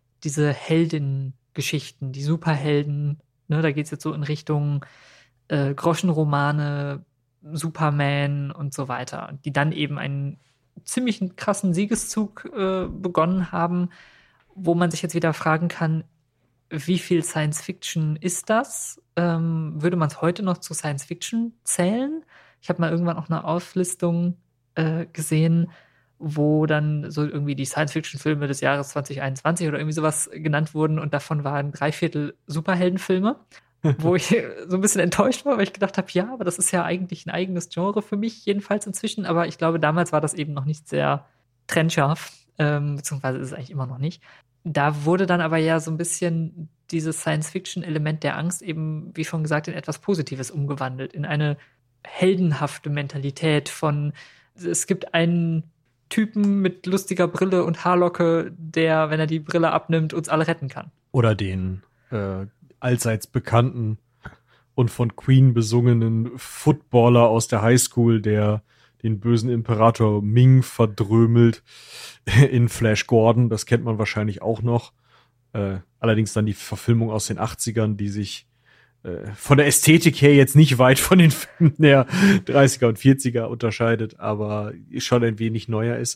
Heldengeschichten, die Superhelden, ne, da geht es jetzt so in Richtung Groschenromane, Superman und so weiter, die dann eben einen ziemlich krassen Siegeszug begonnen haben, wo man sich jetzt wieder fragen kann, wie viel Science Fiction ist das? Würde man es heute noch zu Science Fiction zählen? Ich habe mal irgendwann auch eine Auflistung gesehen, wo dann so irgendwie die Science-Fiction-Filme des Jahres 2021 oder irgendwie sowas genannt wurden und davon waren 3/4 Superheldenfilme, wo ich so ein bisschen enttäuscht war, weil ich gedacht habe, ja, aber das ist ja eigentlich ein eigenes Genre für mich, jedenfalls inzwischen, aber ich glaube, damals war das eben noch nicht sehr trennscharf, beziehungsweise ist es eigentlich immer noch nicht. Da wurde dann aber ja so ein bisschen dieses Science-Fiction-Element der Angst eben, wie schon gesagt, in etwas Positives umgewandelt, in eine heldenhafte Mentalität von, es gibt einen Typen mit lustiger Brille und Haarlocke, der, wenn er die Brille abnimmt, uns alle retten kann. Oder den allseits bekannten und von Queen besungenen Footballer aus der Highschool, der den bösen Imperator Ming verdrömelt in Flash Gordon. Das kennt man wahrscheinlich auch noch. Allerdings dann die Verfilmung aus den 80ern, die sich von der Ästhetik her jetzt nicht weit von den Filmen der 30er und 40er unterscheidet, aber schon ein wenig neuer ist.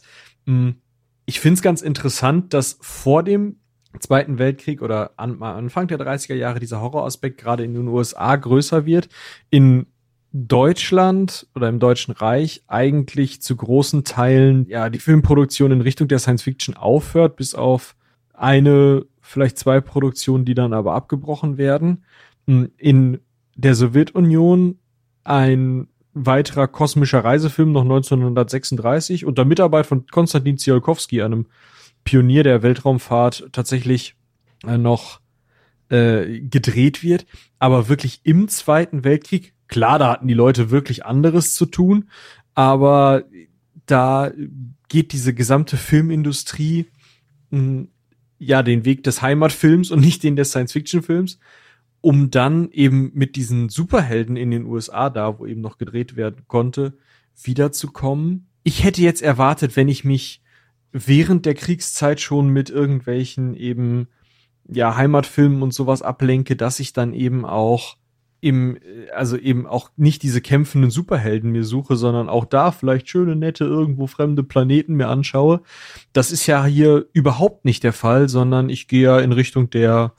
Ich finde es ganz interessant, dass vor dem Zweiten Weltkrieg oder Anfang der 30er Jahre dieser Horroraspekt gerade in den USA größer wird. In Deutschland oder im Deutschen Reich eigentlich zu großen Teilen ja die Filmproduktion in Richtung der Science Fiction aufhört, bis auf eine, vielleicht 2 Produktionen, die dann aber abgebrochen werden. In der Sowjetunion ein weiterer kosmischer Reisefilm noch 1936 unter Mitarbeit von Konstantin Tsiolkovsky, einem Pionier der Weltraumfahrt, tatsächlich noch gedreht wird. Aber wirklich im Zweiten Weltkrieg, klar, da hatten die Leute wirklich anderes zu tun, aber da geht diese gesamte Filmindustrie ja den Weg des Heimatfilms und nicht den des Science-Fiction-Films, um dann eben mit diesen Superhelden in den USA, da wo eben noch gedreht werden konnte, wiederzukommen. Ich hätte jetzt erwartet, wenn ich mich während der Kriegszeit schon mit irgendwelchen eben ja Heimatfilmen und sowas ablenke, dass ich dann eben auch eben auch nicht diese kämpfenden Superhelden mir suche, sondern auch da vielleicht schöne, nette, irgendwo fremde Planeten mir anschaue. Das ist ja hier überhaupt nicht der Fall, sondern ich gehe ja in Richtung der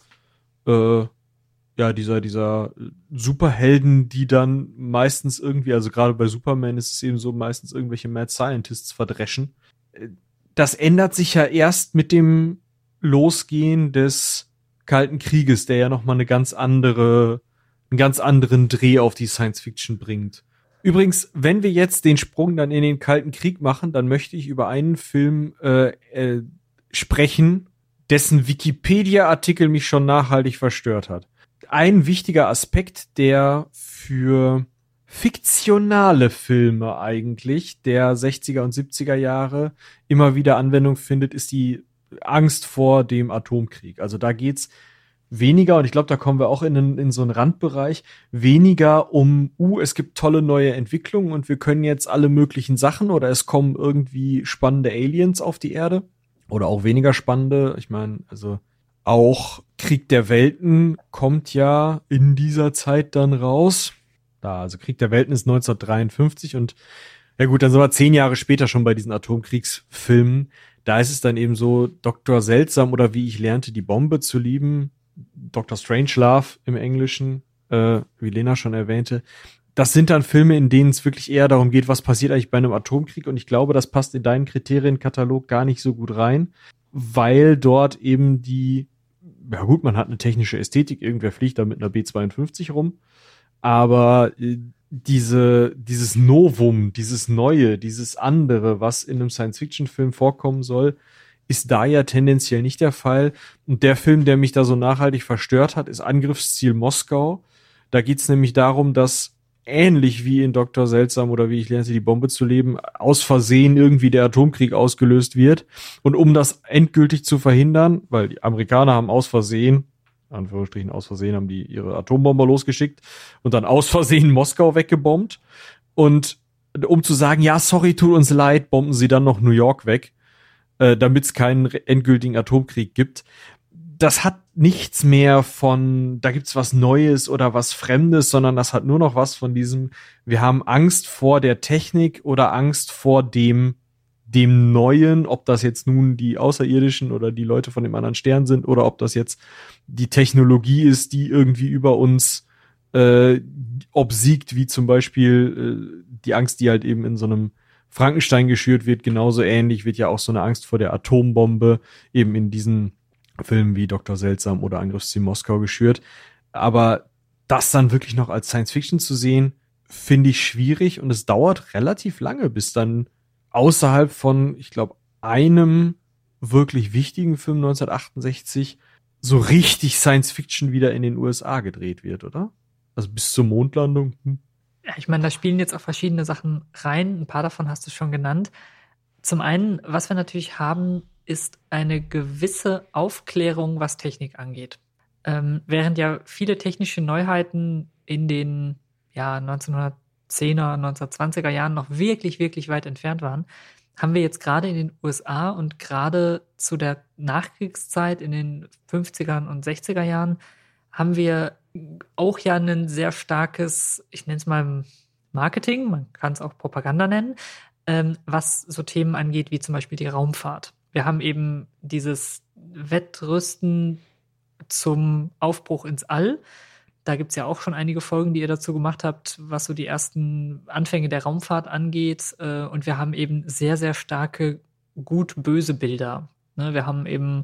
dieser Superhelden, die dann meistens irgendwie, also gerade bei Superman ist es eben so, meistens irgendwelche Mad Scientists verdreschen. Das ändert sich ja erst mit dem Losgehen des Kalten Krieges, der ja nochmal einen ganz anderen Dreh auf die Science Fiction bringt. Übrigens, wenn wir jetzt den Sprung dann in den Kalten Krieg machen, dann möchte ich über einen Film sprechen, dessen Wikipedia-Artikel mich schon nachhaltig verstört hat. Ein wichtiger Aspekt, der für fiktionale Filme eigentlich der 60er und 70er Jahre immer wieder Anwendung findet, ist die Angst vor dem Atomkrieg. Also da geht's weniger, und ich glaube, da kommen wir auch in so einen Randbereich, weniger um, es gibt tolle neue Entwicklungen und wir können jetzt alle möglichen Sachen oder es kommen irgendwie spannende Aliens auf die Erde oder auch weniger spannende. Ich meine, also auch Krieg der Welten kommt ja in dieser Zeit dann raus. Also Krieg der Welten ist 1953 und ja gut, dann sind wir 10 Jahre später schon bei diesen Atomkriegsfilmen. Da ist es dann eben so, Dr. Seltsam oder Wie ich lernte, die Bombe zu lieben, Dr. Strangelove im Englischen, wie Lena schon erwähnte. Das sind dann Filme, in denen es wirklich eher darum geht, was passiert eigentlich bei einem Atomkrieg. Und ich glaube, das passt in deinen Kriterienkatalog gar nicht so gut rein, weil dort eben ja gut, man hat eine technische Ästhetik, irgendwer fliegt da mit einer B-52 rum, aber dieses Novum, dieses Neue, dieses andere, was in einem Science-Fiction-Film vorkommen soll, ist da ja tendenziell nicht der Fall. Und der Film, der mich da so nachhaltig verstört hat, ist Angriffsziel Moskau. Da geht's nämlich darum, dass ähnlich wie in Dr. Seltsam oder wie ich lernte, die Bombe zu leben, aus Versehen irgendwie der Atomkrieg ausgelöst wird. Und um das endgültig zu verhindern, weil die Amerikaner haben aus Versehen, Anführungsstrichen aus Versehen, haben die ihre Atombomber losgeschickt und dann aus Versehen Moskau weggebombt. Und um zu sagen, ja, sorry, tut uns leid, bomben sie dann noch New York weg, damit es keinen endgültigen Atomkrieg gibt. Das hat nichts mehr von, da gibt's was Neues oder was Fremdes, sondern das hat nur noch was von diesem, wir haben Angst vor der Technik oder Angst vor dem Neuen, ob das jetzt nun die Außerirdischen oder die Leute von dem anderen Stern sind oder ob das jetzt die Technologie ist, die irgendwie über uns obsiegt, wie zum Beispiel die Angst, die halt eben in so einem Frankenstein geschürt wird. Genauso ähnlich wird ja auch so eine Angst vor der Atombombe eben in diesen Filmen wie Dr. Seltsam oder Angriffsziel Moskau geschürt. Aber das dann wirklich noch als Science-Fiction zu sehen, finde ich schwierig und es dauert relativ lange, bis dann außerhalb von, ich glaube, einem wirklich wichtigen Film 1968 so richtig Science-Fiction wieder in den USA gedreht wird, oder? Also bis zur Mondlandung. Ja, ich meine, da spielen jetzt auch verschiedene Sachen rein. Ein paar davon hast du schon genannt. Zum einen, was wir natürlich haben, ist eine gewisse Aufklärung, was Technik angeht. Während ja viele technische Neuheiten in den 1910er, 1920er Jahren noch wirklich, wirklich weit entfernt waren, haben wir jetzt gerade in den USA und gerade zu der Nachkriegszeit in den 50ern und 60er Jahren haben wir auch ja ein sehr starkes, ich nenne es mal Marketing, man kann es auch Propaganda nennen, was so Themen angeht, wie zum Beispiel die Raumfahrt. Wir haben eben dieses Wettrüsten zum Aufbruch ins All. Da gibt es ja auch schon einige Folgen, die ihr dazu gemacht habt, was so die ersten Anfänge der Raumfahrt angeht. Und wir haben eben sehr, sehr starke gut-böse Bilder. Ne? Wir haben eben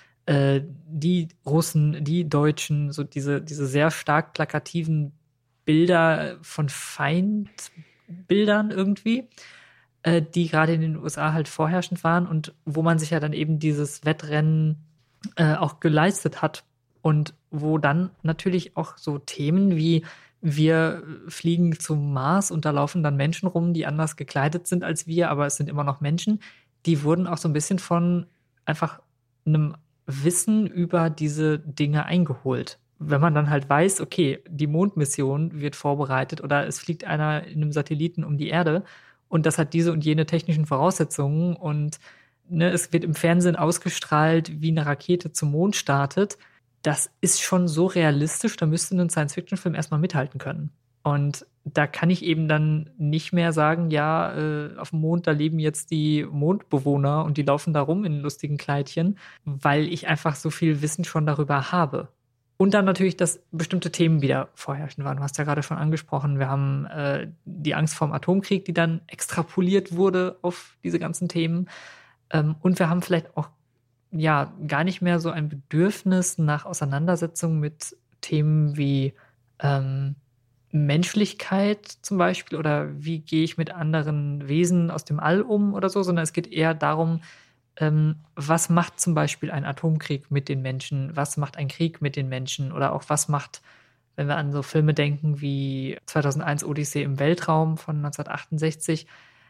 die Russen, die Deutschen, so diese sehr stark plakativen Bilder von Feindbildern irgendwie, die gerade in den USA halt vorherrschend waren und wo man sich ja dann eben dieses Wettrennen auch geleistet hat und wo dann natürlich auch so Themen wie wir fliegen zum Mars und da laufen dann Menschen rum, die anders gekleidet sind als wir, aber es sind immer noch Menschen, die wurden auch so ein bisschen von einfach einem Wissen über diese Dinge eingeholt. Wenn man dann halt weiß, okay, die Mondmission wird vorbereitet oder es fliegt einer in einem Satelliten um die Erde und das hat diese und jene technischen Voraussetzungen und es wird im Fernsehen ausgestrahlt, wie eine Rakete zum Mond startet. Das ist schon so realistisch, da müsste ein Science-Fiction-Film erstmal mithalten können. Und da kann ich eben dann nicht mehr sagen, auf dem Mond, da leben jetzt die Mondbewohner und die laufen da rum in lustigen Kleidchen, weil ich einfach so viel Wissen schon darüber habe. Und dann natürlich, dass bestimmte Themen wieder vorherrschen waren. Du hast ja gerade schon angesprochen, wir haben die Angst vorm Atomkrieg, die dann extrapoliert wurde auf diese ganzen Themen. Und wir haben vielleicht auch gar nicht mehr so ein Bedürfnis nach Auseinandersetzung mit Themen wie Menschlichkeit zum Beispiel oder wie gehe ich mit anderen Wesen aus dem All um oder so, sondern es geht eher darum, was macht zum Beispiel ein Atomkrieg mit den Menschen, was macht ein Krieg mit den Menschen oder auch was macht, wenn wir an so Filme denken wie 2001 Odyssee im Weltraum von 1968,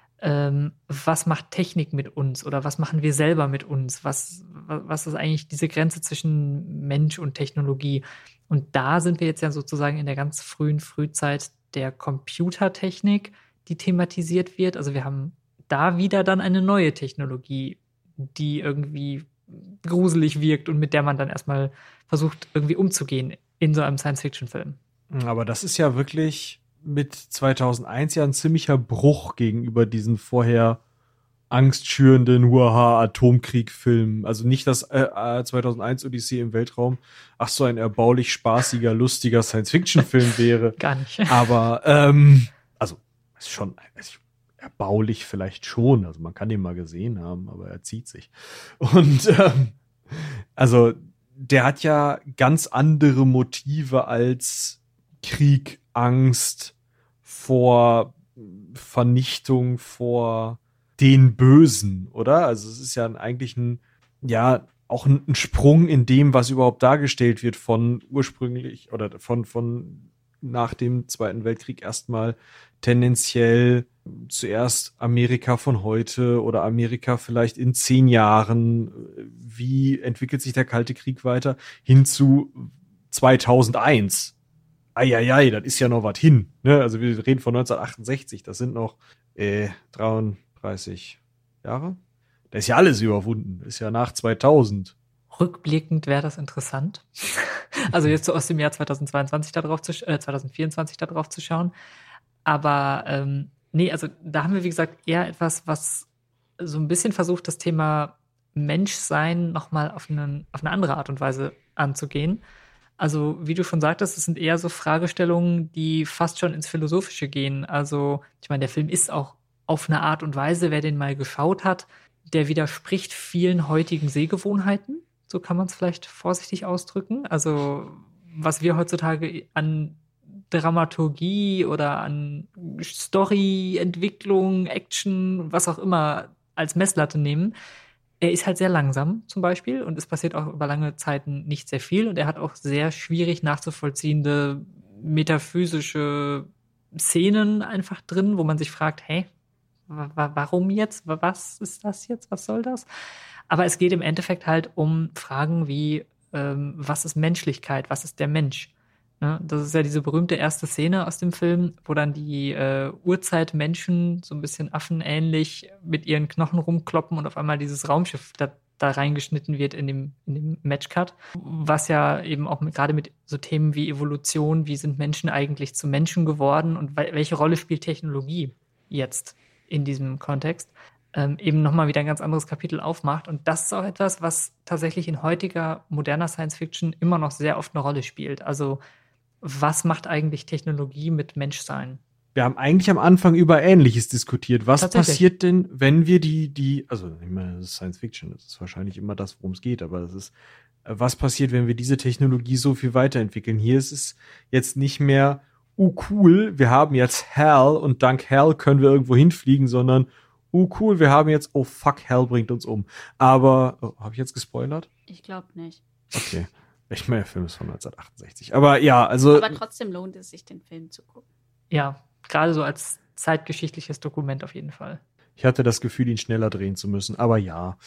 was macht Technik mit uns oder was machen wir selber mit uns? Was ist eigentlich diese Grenze zwischen Mensch und Technologie? Und da sind wir jetzt ja sozusagen in der ganz Frühzeit der Computertechnik, die thematisiert wird. Also wir haben da wieder dann eine neue Technologie, die irgendwie gruselig wirkt und mit der man dann erstmal versucht, irgendwie umzugehen in so einem Science-Fiction-Film. Aber das ist ja wirklich mit 2001 ja ein ziemlicher Bruch gegenüber diesen vorher angstschürenden Atomkrieg-Filmen. Also nicht, dass 2001 Odyssee im Weltraum so ein erbaulich spaßiger, lustiger Science-Fiction-Film wäre. Gar nicht. Aber also ist schon erbaulich vielleicht schon. Also man kann den mal gesehen haben, aber er zieht sich. Und also der hat ja ganz andere Motive als Krieg, Angst vor Vernichtung, vor den Bösen, oder? Also es ist ja eigentlich auch ein Sprung in dem, was überhaupt dargestellt wird von ursprünglich oder von nach dem Zweiten Weltkrieg erstmal tendenziell zuerst Amerika von heute oder Amerika vielleicht in 10 Jahren, wie entwickelt sich der Kalte Krieg weiter, hin zu 2001. Eieiei, das ist ja noch was hin. Ne? Also wir reden von 1968, das sind noch 33 Jahre. Da ist ja alles überwunden, das ist ja nach 2000. Rückblickend wäre das interessant. Also jetzt so aus dem Jahr 2024 da drauf zu schauen. Aber nee, also da haben wir, wie gesagt, eher etwas, was so ein bisschen versucht, das Thema Menschsein nochmal auf eine andere Art und Weise anzugehen. Also, wie du schon sagtest, es sind eher so Fragestellungen, die fast schon ins Philosophische gehen. Also, ich meine, der Film ist auch auf eine Art und Weise, wer den mal geschaut hat, der widerspricht vielen heutigen Sehgewohnheiten. So kann man es vielleicht vorsichtig ausdrücken. Also, was wir heutzutage an Dramaturgie oder an Storyentwicklung, Action, was auch immer als Messlatte nehmen. Er ist halt sehr langsam zum Beispiel und es passiert auch über lange Zeiten nicht sehr viel und er hat auch sehr schwierig nachzuvollziehende metaphysische Szenen einfach drin, wo man sich fragt, hey, warum jetzt? Was ist das jetzt? Was soll das? Aber es geht im Endeffekt halt um Fragen wie, was ist Menschlichkeit? Was ist der Mensch? Ne? Das ist ja diese berühmte erste Szene aus dem Film, wo dann die Urzeitmenschen so ein bisschen affenähnlich mit ihren Knochen rumkloppen und auf einmal dieses Raumschiff da reingeschnitten wird in dem Matchcut. Was ja eben auch gerade mit so Themen wie Evolution, wie sind Menschen eigentlich zu Menschen geworden und welche Rolle spielt Technologie jetzt in diesem Kontext, eben nochmal wieder ein ganz anderes Kapitel aufmacht. Und das ist auch etwas, was tatsächlich in heutiger moderner Science-Fiction immer noch sehr oft eine Rolle spielt. Also was macht eigentlich Technologie mit Menschsein? Wir haben eigentlich am Anfang über Ähnliches diskutiert. Was passiert denn, wenn wir also ich meine, das ist Science Fiction, das ist wahrscheinlich immer das, worum es geht, aber das ist, was passiert, wenn wir diese Technologie so viel weiterentwickeln? Hier ist es jetzt nicht mehr, cool, wir haben jetzt Hal und dank Hal können wir irgendwo hinfliegen, sondern, cool, wir haben jetzt, fuck, Hal bringt uns um. Aber, habe ich jetzt gespoilert? Ich glaube nicht. Okay. Ich meine, der Film ist von 1968. Aber ja, also. Aber trotzdem lohnt es sich, den Film zu gucken. Ja, gerade so als zeitgeschichtliches Dokument auf jeden Fall. Ich hatte das Gefühl, ihn schneller drehen zu müssen, aber ja.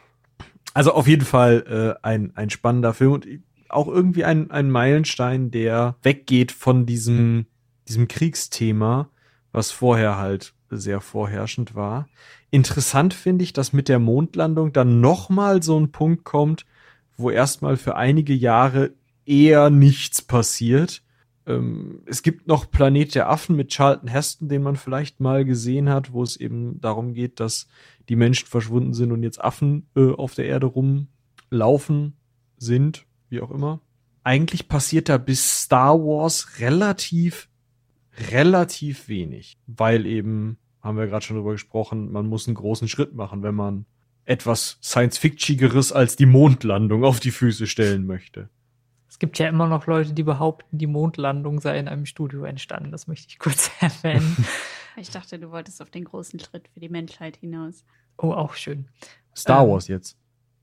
Also auf jeden Fall ein spannender Film und auch irgendwie ein Meilenstein, der weggeht von diesem Kriegsthema, was vorher halt sehr vorherrschend war. Interessant finde ich, dass mit der Mondlandung dann nochmal so ein Punkt kommt, wo erstmal für einige Jahre eher nichts passiert. Es gibt noch Planet der Affen mit Charlton Heston, den man vielleicht mal gesehen hat, wo es eben darum geht, dass die Menschen verschwunden sind und jetzt Affen auf der Erde rumlaufen sind, wie auch immer. Eigentlich passiert da bis Star Wars relativ wenig, weil eben, haben wir gerade schon drüber gesprochen, man muss einen großen Schritt machen, wenn man etwas Science-Fictigeres als die Mondlandung auf die Füße stellen möchte. Es gibt ja immer noch Leute, die behaupten, die Mondlandung sei in einem Studio entstanden. Das möchte ich kurz erwähnen. Ich dachte, du wolltest auf den großen Schritt für die Menschheit hinaus. Oh, auch schön. Star Wars jetzt.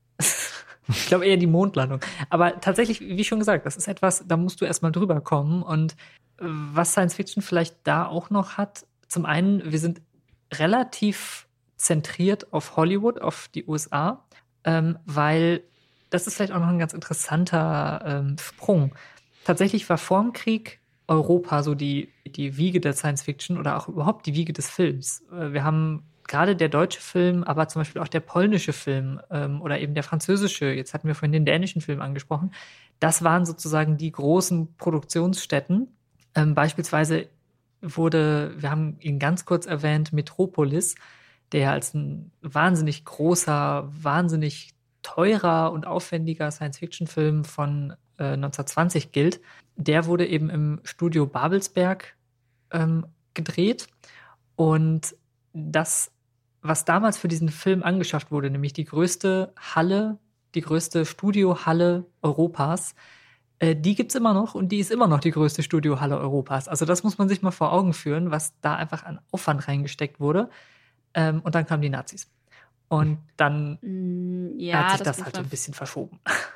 Ich glaube eher die Mondlandung. Aber tatsächlich, wie schon gesagt, das ist etwas, da musst du erstmal drüber kommen. Und was Science Fiction vielleicht da auch noch hat, zum einen, wir sind relativ zentriert auf Hollywood, auf die USA, weil das ist vielleicht auch noch ein ganz interessanter Sprung. Tatsächlich war vorm Krieg Europa so die Wiege der Science Fiction oder auch überhaupt die Wiege des Films. Wir haben gerade der deutsche Film, aber zum Beispiel auch der polnische Film oder eben der französische, jetzt hatten wir vorhin den dänischen Film angesprochen, das waren sozusagen die großen Produktionsstätten. Beispielsweise wir haben ihn ganz kurz erwähnt, Metropolis, der als ein wahnsinnig großer, wahnsinnig teurer und aufwendiger Science-Fiction-Film von 1920 gilt. Der wurde eben im Studio Babelsberg gedreht. Und das, was damals für diesen Film angeschafft wurde, nämlich die größte Halle, die größte Studiohalle Europas, die gibt's immer noch und die ist immer noch die größte Studiohalle Europas. Also das muss man sich mal vor Augen führen, was da einfach an Aufwand reingesteckt wurde. Und dann kamen die Nazis. Und dann hat sich das halt so ein bisschen verschoben.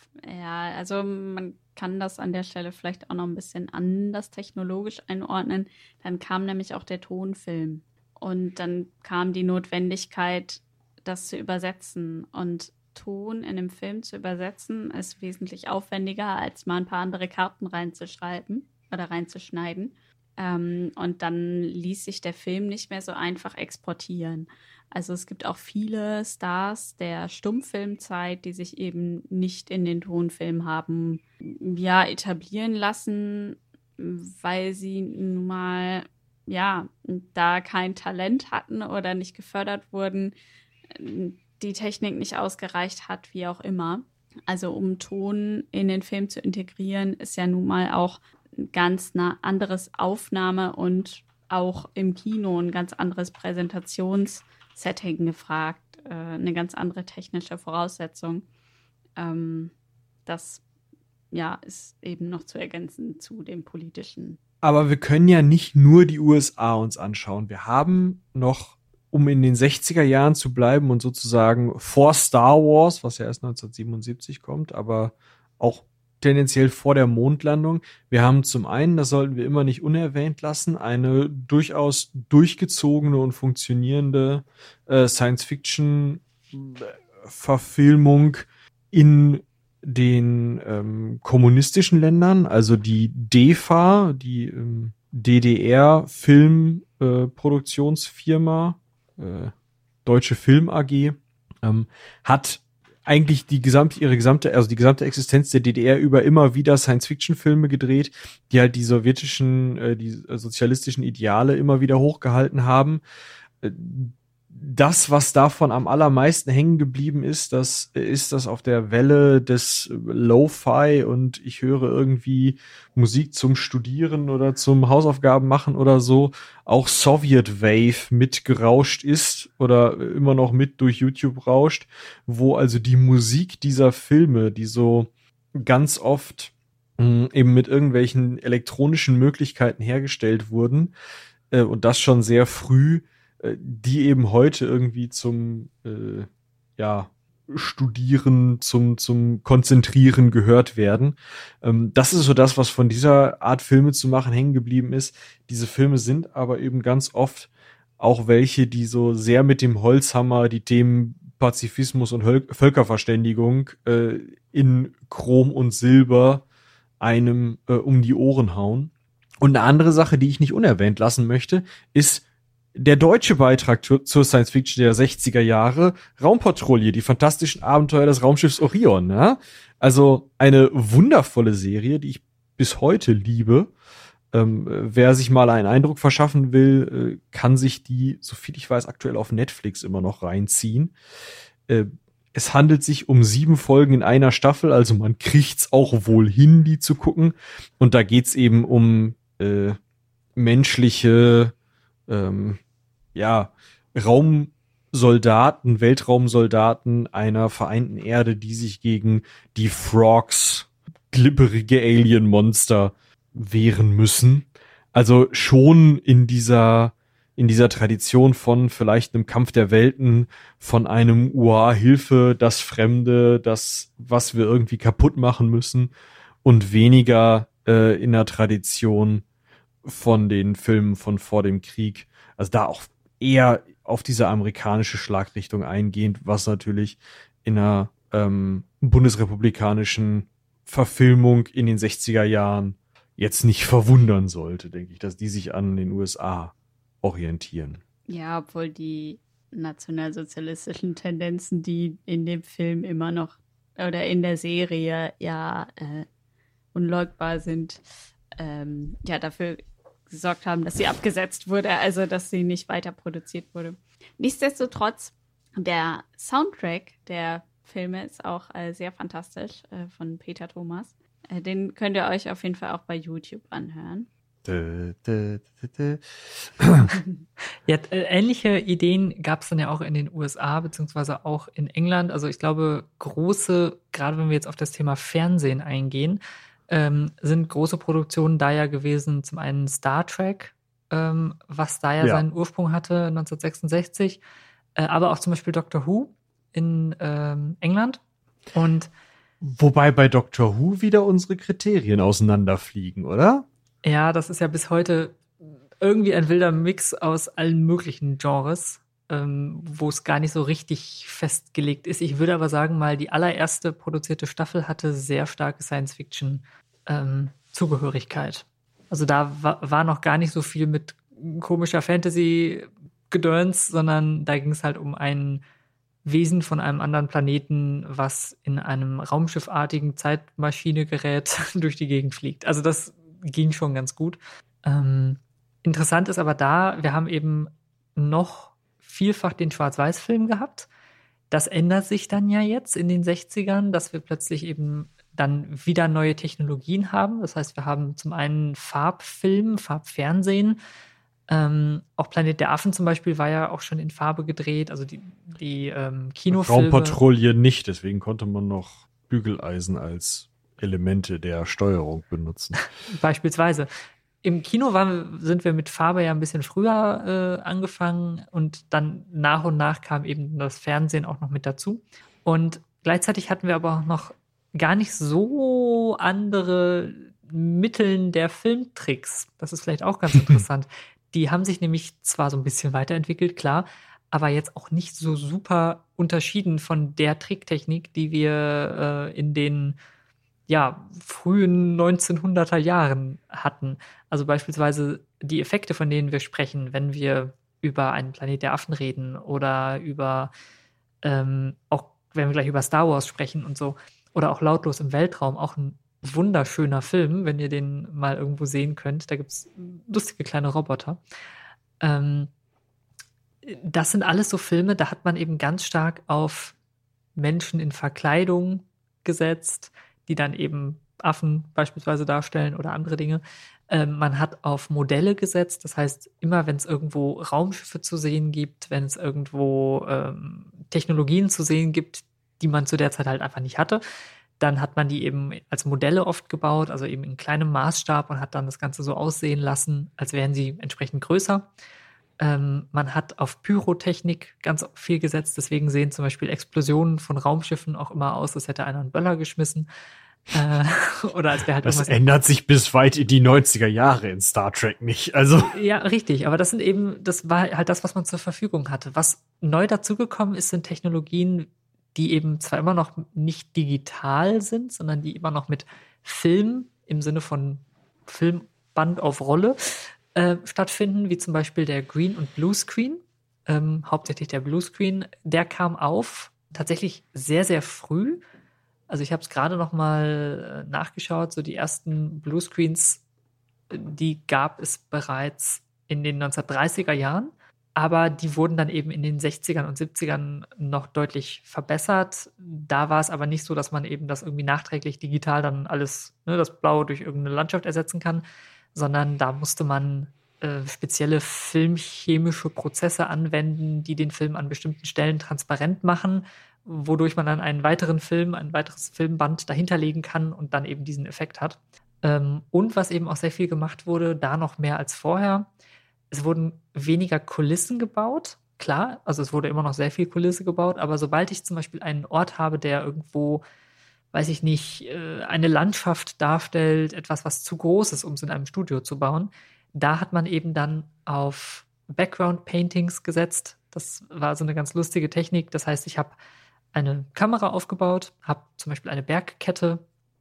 Ja, also man kann das an der Stelle vielleicht auch noch ein bisschen anders technologisch einordnen. Dann kam nämlich auch der Tonfilm. Und dann kam die Notwendigkeit, das zu übersetzen. Und Ton in einem Film zu übersetzen, ist wesentlich aufwendiger, als mal ein paar andere Karten reinzuschreiben oder reinzuschneiden. Und dann ließ sich der Film nicht mehr so einfach exportieren. Also es gibt auch viele Stars der Stummfilmzeit, die sich eben nicht in den Tonfilm haben etablieren lassen, weil sie nun mal da kein Talent hatten oder nicht gefördert wurden, die Technik nicht ausgereicht hat, wie auch immer. Also um Ton in den Film zu integrieren, ist ja nun mal auch ein ganz anderes Aufnahme und auch im Kino ein ganz anderes Präsentationssetting gefragt, eine ganz andere technische Voraussetzung. Das ist eben noch zu ergänzen zu dem politischen. Aber wir können ja nicht nur die USA uns anschauen. Wir haben noch, um in den 60er Jahren zu bleiben und sozusagen vor Star Wars, was ja erst 1977 kommt, aber auch tendenziell vor der Mondlandung. Wir haben zum einen, das sollten wir immer nicht unerwähnt lassen, eine durchaus durchgezogene und funktionierende Science-Fiction-Verfilmung in den kommunistischen Ländern, also die DEFA, die DDR-Filmproduktionsfirma, Deutsche Film AG, hat eigentlich die gesamte Existenz der DDR über immer wieder Science-Fiction-Filme gedreht, die halt die sozialistischen Ideale immer wieder hochgehalten haben. Das, was davon am allermeisten hängen geblieben ist, das auf der Welle des Lo-Fi und ich höre irgendwie Musik zum Studieren oder zum Hausaufgaben machen oder so, auch Soviet Wave mitgerauscht ist oder immer noch mit durch YouTube rauscht, wo also die Musik dieser Filme, die so ganz oft eben mit irgendwelchen elektronischen Möglichkeiten hergestellt wurden, und das schon sehr früh, die eben heute irgendwie zum Studieren, zum Konzentrieren gehört werden. Das ist so das, was von dieser Art Filme zu machen hängen geblieben ist. Diese Filme sind aber eben ganz oft auch welche, die so sehr mit dem Holzhammer die Themen Pazifismus und Völkerverständigung in Chrom und Silber einem um die Ohren hauen. Und eine andere Sache, die ich nicht unerwähnt lassen möchte, ist der deutsche Beitrag zur Science Fiction der 60er Jahre, Raumpatrouille, die fantastischen Abenteuer des Raumschiffs Orion. Ja? Also eine wundervolle Serie, die ich bis heute liebe. Wer sich mal einen Eindruck verschaffen will, kann sich die, soviel ich weiß, aktuell auf Netflix immer noch reinziehen. Es handelt sich um 7 Folgen in einer Staffel, also man kriegt's auch wohl hin, die zu gucken. Und da geht's eben um menschliche Weltraumsoldaten einer vereinten Erde, die sich gegen die Frogs, glibberige Alien-Monster, wehren müssen. Also schon in dieser Tradition von vielleicht einem Kampf der Welten, von einem Hilfe, das Fremde, das, was wir irgendwie kaputt machen müssen, und weniger in der Tradition von den Filmen von vor dem Krieg. Also da auch eher auf diese amerikanische Schlagrichtung eingehend, was natürlich in einer bundesrepublikanischen Verfilmung in den 60er Jahren jetzt nicht verwundern sollte, denke ich, dass die sich an den USA orientieren. Ja, obwohl die nationalsozialistischen Tendenzen, die in dem Film immer noch oder in der Serie unleugbar sind, dafür gesorgt haben, dass sie abgesetzt wurde, also dass sie nicht weiter produziert wurde. Nichtsdestotrotz, der Soundtrack der Filme ist auch sehr fantastisch von Peter Thomas. Den könnt ihr euch auf jeden Fall auch bei YouTube anhören. Ja, ähnliche Ideen gab es dann ja auch in den USA, beziehungsweise auch in England. Also ich glaube, gerade wenn wir jetzt auf das Thema Fernsehen eingehen, sind große Produktionen da ja gewesen. Zum einen Star Trek, was da ja seinen Ursprung hatte, 1966, aber auch zum Beispiel Doctor Who in England. Und Wobei bei Doctor Who wieder unsere Kriterien auseinanderfliegen, oder? Ja, das ist ja bis heute irgendwie ein wilder Mix aus allen möglichen Genres, wo es gar nicht so richtig festgelegt ist. Ich würde aber sagen, mal die allererste produzierte Staffel hatte sehr starke Science-Fiction-Zugehörigkeit. Also da war noch gar nicht so viel mit komischer Fantasy-Gedöns, sondern da ging es halt um ein Wesen von einem anderen Planeten, was in einem raumschiffartigen Zeitmaschine-Gerät durch die Gegend fliegt. Also das ging schon ganz gut. Interessant ist aber wir haben eben noch vielfach den Schwarz-Weiß-Film gehabt. Das ändert sich dann ja jetzt in den 60ern, dass wir plötzlich eben dann wieder neue Technologien haben. Das heißt, wir haben zum einen Farbfilm, Farbfernsehen. Auch Planet der Affen zum Beispiel war ja auch schon in Farbe gedreht. Also die Kinofilme. Raumpatrouille nicht, deswegen konnte man noch Bügeleisen als Elemente der Steuerung benutzen. Beispielsweise. Im Kino sind wir mit Farbe ja ein bisschen früher angefangen und dann nach und nach kam eben das Fernsehen auch noch mit dazu. Und gleichzeitig hatten wir aber auch noch gar nicht so andere Mittel der Filmtricks. Das ist vielleicht auch ganz interessant. Die haben sich nämlich zwar so ein bisschen weiterentwickelt, klar, aber jetzt auch nicht so super unterschieden von der Tricktechnik, die wir in den frühen 1900er Jahren hatten. Also beispielsweise die Effekte, von denen wir sprechen, wenn wir über einen Planet der Affen reden oder über, auch wenn wir gleich über Star Wars sprechen und so, oder auch Lautlos im Weltraum, auch ein wunderschöner Film, wenn ihr den mal irgendwo sehen könnt. Da gibt es lustige kleine Roboter. Das sind alles so Filme, da hat man eben ganz stark auf Menschen in Verkleidung gesetzt, die dann eben Affen beispielsweise darstellen oder andere Dinge. Man hat auf Modelle gesetzt, das heißt, immer wenn es irgendwo Raumschiffe zu sehen gibt, wenn es irgendwo Technologien zu sehen gibt, die man zu der Zeit halt einfach nicht hatte, dann hat man die eben als Modelle oft gebaut, also eben in kleinem Maßstab und hat dann das Ganze so aussehen lassen, als wären sie entsprechend größer. Man hat auf Pyrotechnik ganz viel gesetzt, deswegen sehen zum Beispiel Explosionen von Raumschiffen auch immer aus, als hätte einer einen Böller geschmissen. Oder als wäre halt das ändert sich bis weit in die 90er Jahre in Star Trek nicht. Also ja, richtig, aber das war halt das, was man zur Verfügung hatte. Was neu dazugekommen ist, sind Technologien, die eben zwar immer noch nicht digital sind, sondern die immer noch mit Film im Sinne von Filmband auf Rolle stattfinden, wie zum Beispiel der Green- und Bluescreen. Hauptsächlich der Bluescreen, der kam auf tatsächlich sehr, sehr früh. Also ich habe es gerade noch mal nachgeschaut, so die ersten Bluescreens, die gab es bereits in den 1930er Jahren, aber die wurden dann eben in den 60ern und 70ern noch deutlich verbessert. Da war es aber nicht so, dass man eben das irgendwie nachträglich digital dann alles, das Blaue durch irgendeine Landschaft ersetzen kann, sondern da musste man spezielle filmchemische Prozesse anwenden, die den Film an bestimmten Stellen transparent machen, wodurch man dann ein weiteres Filmband dahinterlegen kann und dann eben diesen Effekt hat. Und was eben auch sehr viel gemacht wurde, da noch mehr als vorher, es wurden weniger Kulissen gebaut. Klar, also es wurde immer noch sehr viel Kulisse gebaut, aber sobald ich zum Beispiel einen Ort habe, der irgendwo, weiß ich nicht, eine Landschaft darstellt, etwas, was zu groß ist, um es in einem Studio zu bauen, da hat man eben dann auf Background-Paintings gesetzt. Das war so eine ganz lustige Technik. Das heißt, ich habe eine Kamera aufgebaut, habe zum Beispiel eine Bergkette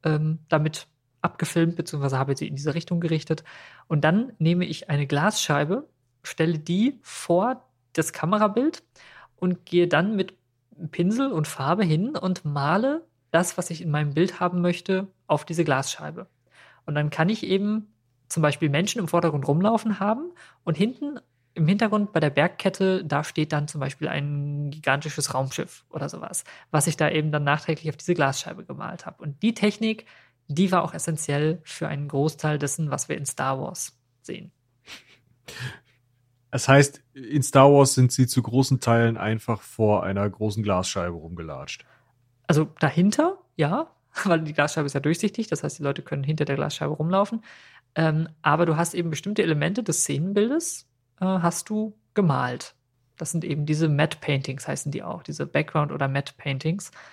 damit abgefilmt, beziehungsweise habe sie in diese Richtung gerichtet. Und dann nehme ich eine Glasscheibe, stelle die vor das Kamerabild und gehe dann mit Pinsel und Farbe hin und male das, was ich in meinem Bild haben möchte, auf diese Glasscheibe. Und dann kann ich eben zum Beispiel Menschen im Vordergrund rumlaufen haben und hinten im Hintergrund bei der Bergkette, da steht dann zum Beispiel ein gigantisches Raumschiff oder sowas, was ich da eben dann nachträglich auf diese Glasscheibe gemalt habe. Und die Technik, die war auch essentiell für einen Großteil dessen, was wir in Star Wars sehen. Das heißt, in Star Wars sind sie zu großen Teilen einfach vor einer großen Glasscheibe rumgelatscht. Also dahinter, ja, weil die Glasscheibe ist ja durchsichtig, das heißt, die Leute können hinter der Glasscheibe rumlaufen. Aber du hast eben bestimmte Elemente des Szenenbildes hast du gemalt. Das sind eben diese Matte Paintings, heißen die auch, diese Background- oder Matte Paintings.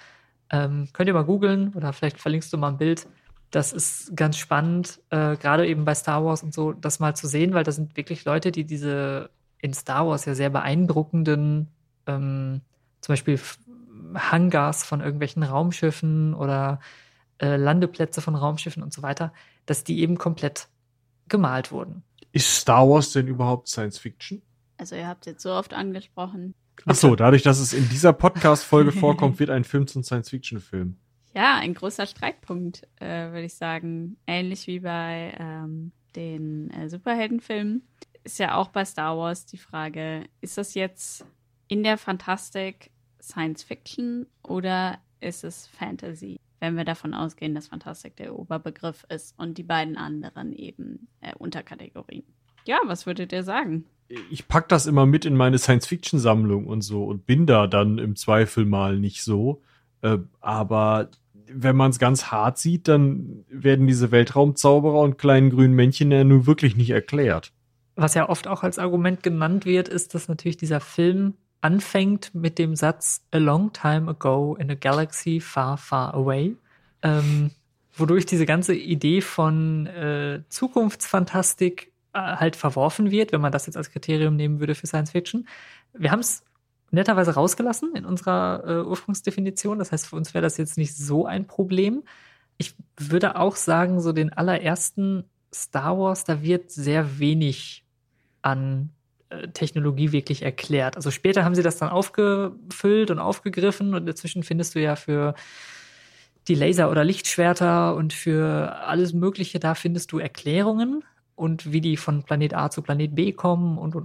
Könnt ihr mal googeln oder vielleicht verlinkst du mal ein Bild. Das ist ganz spannend, gerade eben bei Star Wars und so, das mal zu sehen, weil da sind wirklich Leute, die diese in Star Wars ja sehr beeindruckenden, zum Beispiel Hangars von irgendwelchen Raumschiffen oder Landeplätze von Raumschiffen und so weiter, dass die eben komplett gemalt wurden. Ist Star Wars denn überhaupt Science Fiction? Also ihr habt es jetzt so oft angesprochen. Ach so, dadurch, dass es in dieser Podcast-Folge vorkommt, wird ein Film zum Science-Fiction-Film. Ja, ein großer Streitpunkt, würde ich sagen. Ähnlich wie bei den Superheldenfilmen ist ja auch bei Star Wars die Frage, ist das jetzt in der Fantastik Science Fiction oder ist es Fantasy? Wenn wir davon ausgehen, dass Fantastik der Oberbegriff ist und die beiden anderen eben Unterkategorien. Ja, was würdet ihr sagen? Ich pack das immer mit in meine Science-Fiction-Sammlung und so und bin da dann im Zweifel mal nicht so. Aber wenn man es ganz hart sieht, dann werden diese Weltraumzauberer und kleinen grünen Männchen ja nun wirklich nicht erklärt. Was ja oft auch als Argument genannt wird, ist, dass natürlich dieser Film anfängt mit dem Satz A long time ago in a galaxy far, far away, wodurch diese ganze Idee von Zukunftsfantastik halt verworfen wird, wenn man das jetzt als Kriterium nehmen würde für Science Fiction. Wir haben es netterweise rausgelassen in unserer Ursprungsdefinition. Das heißt, für uns wäre das jetzt nicht so ein Problem. Ich würde auch sagen, so den allerersten Star Wars, da wird sehr wenig an Technologie wirklich erklärt. Also später haben sie das dann aufgefüllt und aufgegriffen und dazwischen findest du ja für die Laser- oder Lichtschwerter und für alles Mögliche, da findest du Erklärungen und wie die von Planet A zu Planet B kommen und.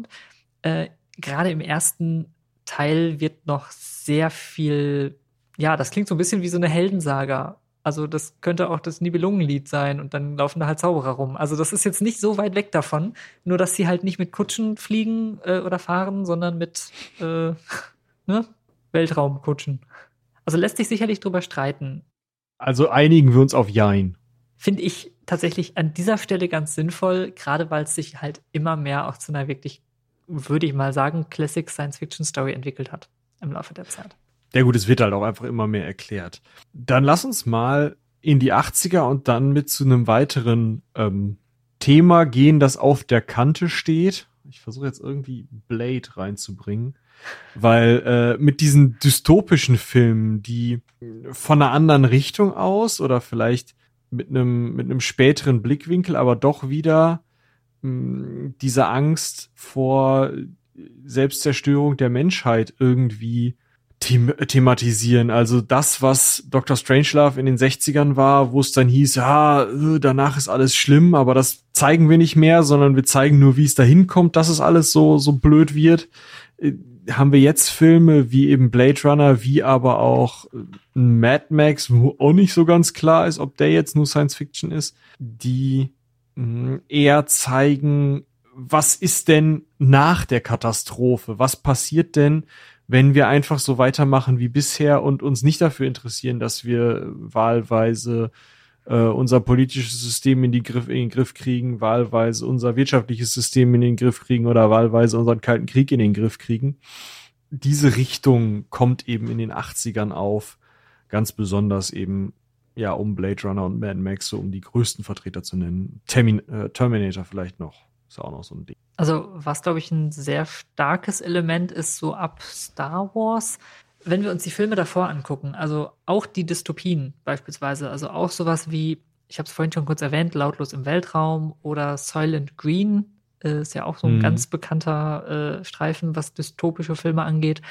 Gerade im ersten Teil wird noch sehr viel, ja, das klingt so ein bisschen wie so eine Heldensaga. Also das könnte auch das Nibelungenlied sein und dann laufen da halt Zauberer rum. Also das ist jetzt nicht so weit weg davon, nur dass sie halt nicht mit Kutschen fliegen oder fahren, sondern mit Weltraumkutschen. Also lässt sich sicherlich drüber streiten. Also einigen wir uns auf Jein. Finde ich tatsächlich an dieser Stelle ganz sinnvoll, gerade weil es sich halt immer mehr auch zu einer wirklich, würde ich mal sagen, Classic Science-Fiction-Story entwickelt hat im Laufe der Zeit. Ja gut, es wird halt auch einfach immer mehr erklärt. Dann lass uns mal in die 80er und dann mit zu einem weiteren Thema gehen, das auf der Kante steht. Ich versuche jetzt irgendwie Blade reinzubringen, weil mit diesen dystopischen Filmen, die von einer anderen Richtung aus oder vielleicht mit einem späteren Blickwinkel, aber doch wieder diese Angst vor Selbstzerstörung der Menschheit irgendwie thematisieren. Also das, was Dr. Strangelove in den 60ern war, wo es dann hieß, ja, danach ist alles schlimm, aber das zeigen wir nicht mehr, sondern wir zeigen nur, wie es dahin kommt, dass es alles so blöd wird. Haben wir jetzt Filme wie eben Blade Runner, wie aber auch Mad Max, wo auch nicht so ganz klar ist, ob der jetzt nur Science Fiction ist, die eher zeigen, was ist denn nach der Katastrophe? Was passiert denn, wenn wir einfach so weitermachen wie bisher und uns nicht dafür interessieren, dass wir wahlweise unser politisches System in den Griff kriegen, wahlweise unser wirtschaftliches System in den Griff kriegen oder wahlweise unseren Kalten Krieg in den Griff kriegen. Diese Richtung kommt eben in den 80ern auf, ganz besonders eben ja um Blade Runner und Mad Max, so um die größten Vertreter zu nennen. Terminator vielleicht noch. Ist auch noch so ein Ding. Also, was, glaube ich, ein sehr starkes Element ist, so ab Star Wars, wenn wir uns die Filme davor angucken, also auch die Dystopien beispielsweise, also auch sowas wie, ich habe es vorhin schon kurz erwähnt, Lautlos im Weltraum oder Soylent Green, ist ja auch so ein ganz bekannter Streifen, was dystopische Filme angeht.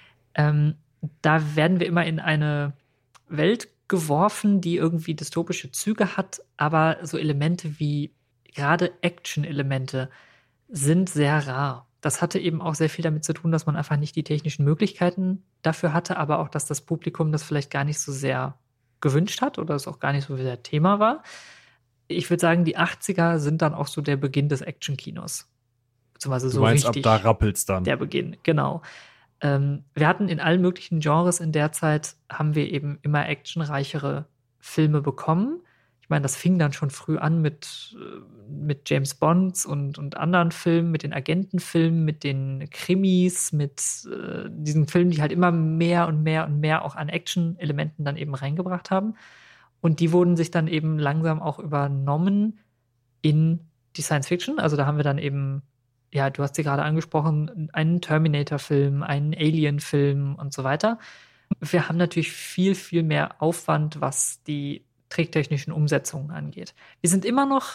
Da werden wir immer in eine Welt geworfen, die irgendwie dystopische Züge hat, aber so Elemente wie gerade Action-Elemente sind sehr rar. Das hatte eben auch sehr viel damit zu tun, dass man einfach nicht die technischen Möglichkeiten dafür hatte, aber auch, dass das Publikum das vielleicht gar nicht so sehr gewünscht hat oder es auch gar nicht so sehr Thema war. Ich würde sagen, die 80er sind dann auch so der Beginn des Action-Kinos. Beziehungsweise so richtig. Du meinst, ab da rappelt's dann. Der Beginn, genau. Wir hatten in allen möglichen Genres in der Zeit, haben wir eben immer actionreichere Filme bekommen. Ich meine, das fing dann schon früh an mit James Bonds und anderen Filmen, mit den Agentenfilmen, mit den Krimis, mit diesen Filmen, die halt immer mehr und mehr und mehr auch an Action-Elementen dann eben reingebracht haben. Und die wurden sich dann eben langsam auch übernommen in die Science Fiction. Also da haben wir dann eben, ja, du hast sie gerade angesprochen, einen Terminator-Film, einen Alien-Film und so weiter. Wir haben natürlich viel, viel mehr Aufwand, was die trägtechnischen Umsetzungen angeht. Wir sind immer noch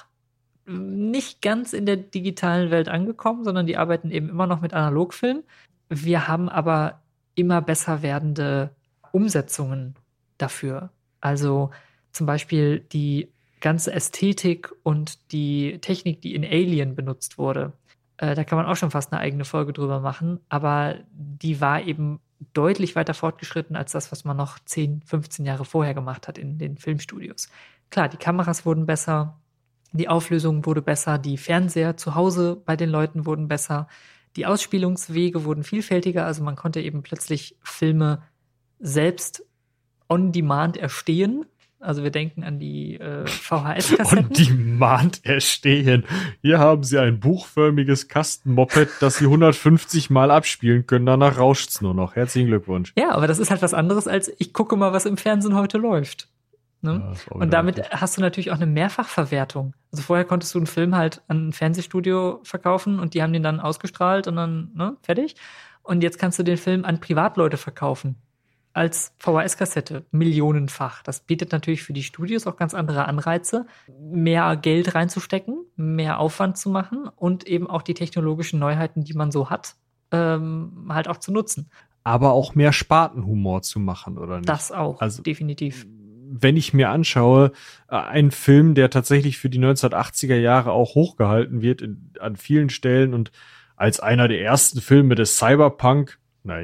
nicht ganz in der digitalen Welt angekommen, sondern die arbeiten eben immer noch mit Analogfilm. Wir haben aber immer besser werdende Umsetzungen dafür. Also zum Beispiel die ganze Ästhetik und die Technik, die in Alien benutzt wurde. Da kann man auch schon fast eine eigene Folge drüber machen, aber die war eben deutlich weiter fortgeschritten als das, was man noch 10, 15 Jahre vorher gemacht hat in den Filmstudios. Klar, die Kameras wurden besser, die Auflösung wurde besser, die Fernseher zu Hause bei den Leuten wurden besser, die Ausspielungswege wurden vielfältiger, also man konnte eben plötzlich Filme selbst on demand erstehen. Also wir denken an die VHS-Kassetten. On demand erstehen. Hier haben Sie ein buchförmiges Kastenmoped, das Sie 150 Mal abspielen können. Danach rauscht's nur noch. Herzlichen Glückwunsch. Ja, aber das ist halt was anderes, als ich gucke mal, was im Fernsehen heute läuft. Ne? Ja, und damit hast du natürlich auch eine Mehrfachverwertung. Also vorher konntest du einen Film halt an ein Fernsehstudio verkaufen und die haben den dann ausgestrahlt und dann fertig. Und jetzt kannst du den Film an Privatleute verkaufen. Als VHS-Kassette, millionenfach. Das bietet natürlich für die Studios auch ganz andere Anreize, mehr Geld reinzustecken, mehr Aufwand zu machen und eben auch die technologischen Neuheiten, die man so hat, halt auch zu nutzen. Aber auch mehr Spartenhumor zu machen, oder nicht? Das auch, also, definitiv. Wenn ich mir anschaue, ein Film, der tatsächlich für die 1980er Jahre auch hochgehalten wird an vielen Stellen und als einer der ersten Filme des Cyberpunk,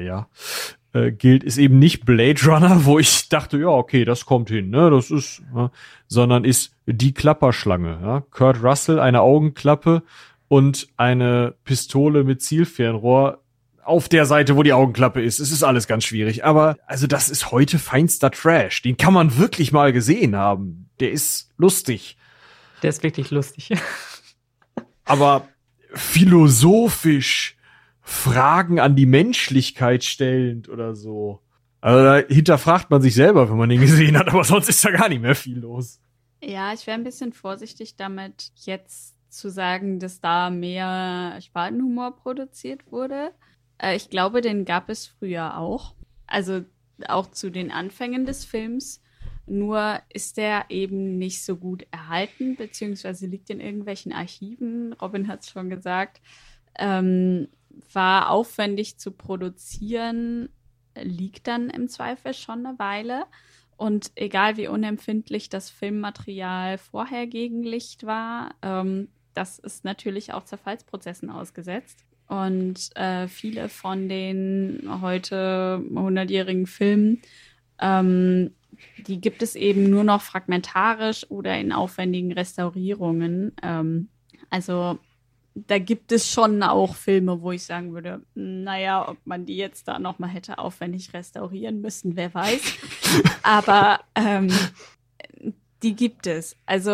gilt, ist eben nicht Blade Runner, wo ich dachte, ja, okay, das kommt hin, ne, das ist, sondern ist Die Klapperschlange, ja, Kurt Russell, eine Augenklappe und eine Pistole mit Zielfernrohr auf der Seite, wo die Augenklappe ist. Es ist alles ganz schwierig, aber also das ist heute feinster Trash. Den kann man wirklich mal gesehen haben. Der ist lustig. Der ist wirklich lustig. Aber philosophisch Fragen an die Menschlichkeit stellend oder so. Also da hinterfragt man sich selber, wenn man den gesehen hat, aber sonst ist da gar nicht mehr viel los. Ja, ich wäre ein bisschen vorsichtig damit, jetzt zu sagen, dass da mehr Spartenhumor produziert wurde. Ich glaube, den gab es früher auch. Also auch zu den Anfängen des Films. Nur ist der eben nicht so gut erhalten, beziehungsweise liegt in irgendwelchen Archiven. Robin hat es schon gesagt. War aufwendig zu produzieren, liegt dann im Zweifel schon eine Weile. Und egal wie unempfindlich das Filmmaterial vorher gegen Licht war, das ist natürlich auch Zerfallsprozessen ausgesetzt. Und viele von den heute 100-jährigen Filmen, die gibt es eben nur noch fragmentarisch oder in aufwendigen Restaurierungen. Also da gibt es schon auch Filme, wo ich sagen würde, naja, ob man die jetzt da nochmal hätte aufwendig restaurieren müssen, wer weiß. Aber die gibt es. Also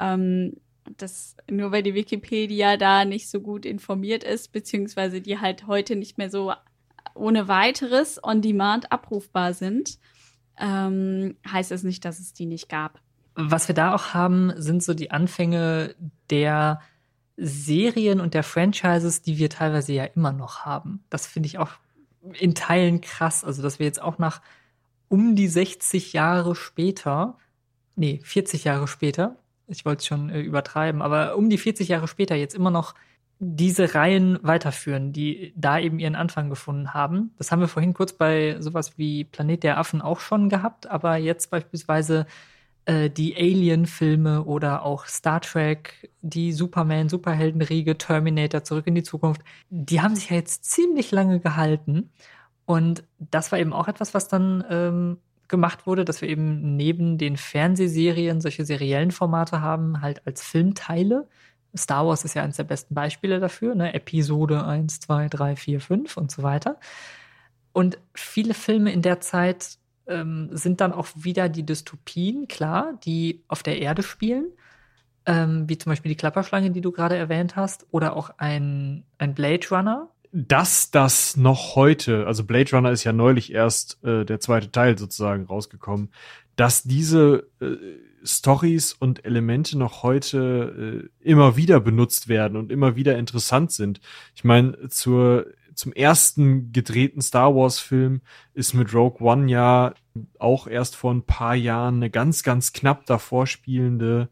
nur weil die Wikipedia da nicht so gut informiert ist, beziehungsweise die halt heute nicht mehr so ohne weiteres on demand abrufbar sind, heißt es nicht, dass es die nicht gab. Was wir da auch haben, sind so die Anfänge der Serien und der Franchises, die wir teilweise ja immer noch haben. Das finde ich auch in Teilen krass. Also, dass wir jetzt auch nach um die 60 Jahre später, 40 Jahre später, ich wollte es schon übertreiben, aber um die 40 Jahre später jetzt immer noch diese Reihen weiterführen, die da eben ihren Anfang gefunden haben. Das haben wir vorhin kurz bei sowas wie Planet der Affen auch schon gehabt, aber jetzt beispielsweise die Alien-Filme oder auch Star Trek, die Superman-Superheldenriege, Terminator, Zurück in die Zukunft, die haben sich ja jetzt ziemlich lange gehalten. Und das war eben auch etwas, was dann gemacht wurde, dass wir eben neben den Fernsehserien solche seriellen Formate haben, halt als Filmteile. Star Wars ist ja eines der besten Beispiele dafür, ne? Episode 1, 2, 3, 4, 5 und so weiter. Und viele Filme in der Zeit sind dann auch wieder die Dystopien, klar, die auf der Erde spielen, wie zum Beispiel die Klapperschlange, die du gerade erwähnt hast, oder auch ein Blade Runner. Dass das noch heute, also Blade Runner ist ja neulich erst der zweite Teil sozusagen rausgekommen, dass diese Storys und Elemente noch heute immer wieder benutzt werden und immer wieder interessant sind. Ich meine, zum ersten gedrehten Star Wars Film ist mit Rogue One ja auch erst vor ein paar Jahren ein ganz knapp davor spielender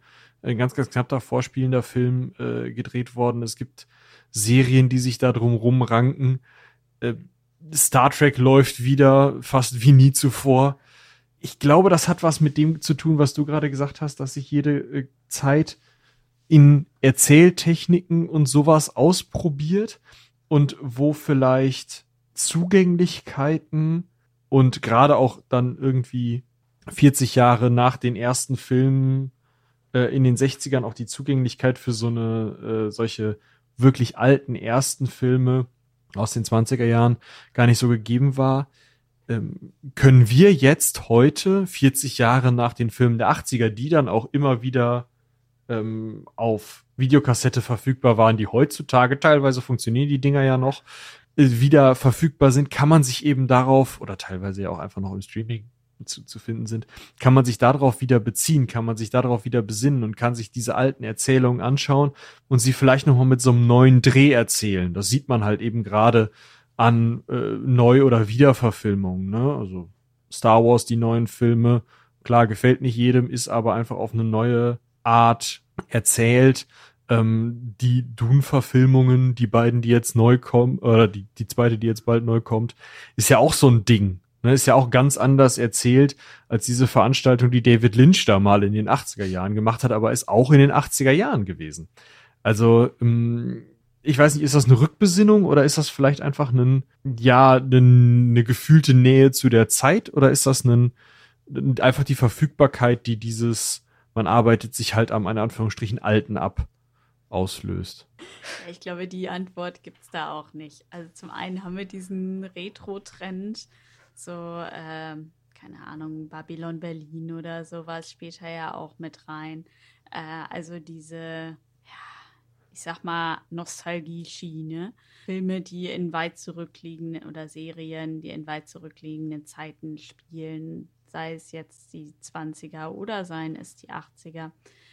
Film gedreht worden. Es gibt Serien, die sich da drum ranken. Star Trek läuft wieder fast wie nie zuvor. Ich glaube, das hat was mit dem zu tun, was du gerade gesagt hast, dass sich jede Zeit in Erzähltechniken und sowas ausprobiert und wo vielleicht Zugänglichkeiten und gerade auch dann irgendwie 40 Jahre nach den ersten Filmen in den 60ern auch die Zugänglichkeit für so eine solche wirklich alten ersten Filme aus den 20er Jahren gar nicht so gegeben war, können wir jetzt heute, 40 Jahre nach den Filmen der 80er, die dann auch immer wieder auf Videokassette verfügbar waren, die heutzutage teilweise funktionieren die Dinger ja noch, wieder verfügbar sind, kann man sich eben darauf, oder teilweise ja auch einfach noch im Streaming zu finden sind, kann man sich darauf wieder beziehen, kann man sich darauf wieder besinnen und kann sich diese alten Erzählungen anschauen und sie vielleicht nochmal mit so einem neuen Dreh erzählen. Das sieht man halt eben gerade an Neu- oder Wiederverfilmungen, ne? Also Star Wars, die neuen Filme, klar, gefällt nicht jedem, ist aber einfach auf eine neue Art erzählt. Die Dune-Verfilmungen, die beiden, die jetzt neu kommen, oder die zweite, die jetzt bald neu kommt, ist ja auch so ein Ding. Ne, ist ja auch ganz anders erzählt als diese Veranstaltung, die David Lynch da mal in den 80er Jahren gemacht hat, aber ist auch in den 80er Jahren gewesen. Also, ich weiß nicht, ist das eine Rückbesinnung oder ist das vielleicht einfach eine gefühlte Nähe zu der Zeit oder ist das einfach die Verfügbarkeit, die man arbeitet sich halt am, in Anführungsstrichen, Alten ab, auslöst? Ja, ich glaube, die Antwort gibt's da auch nicht. Also zum einen haben wir diesen Retro-Trend, so, keine Ahnung, Babylon Berlin oder sowas später ja auch mit rein. Also diese, ich sag mal, Nostalgie-Schiene. Filme, die in weit zurückliegenden oder Serien, die in weit zurückliegenden Zeiten spielen, sei es jetzt die 20er oder seien es die 80er,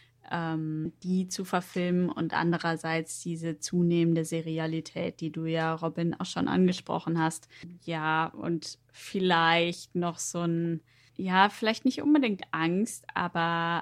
die zu verfilmen und andererseits diese zunehmende Serialität, die du ja, Robin, auch schon angesprochen hast. Ja, und vielleicht noch so vielleicht nicht unbedingt Angst, aber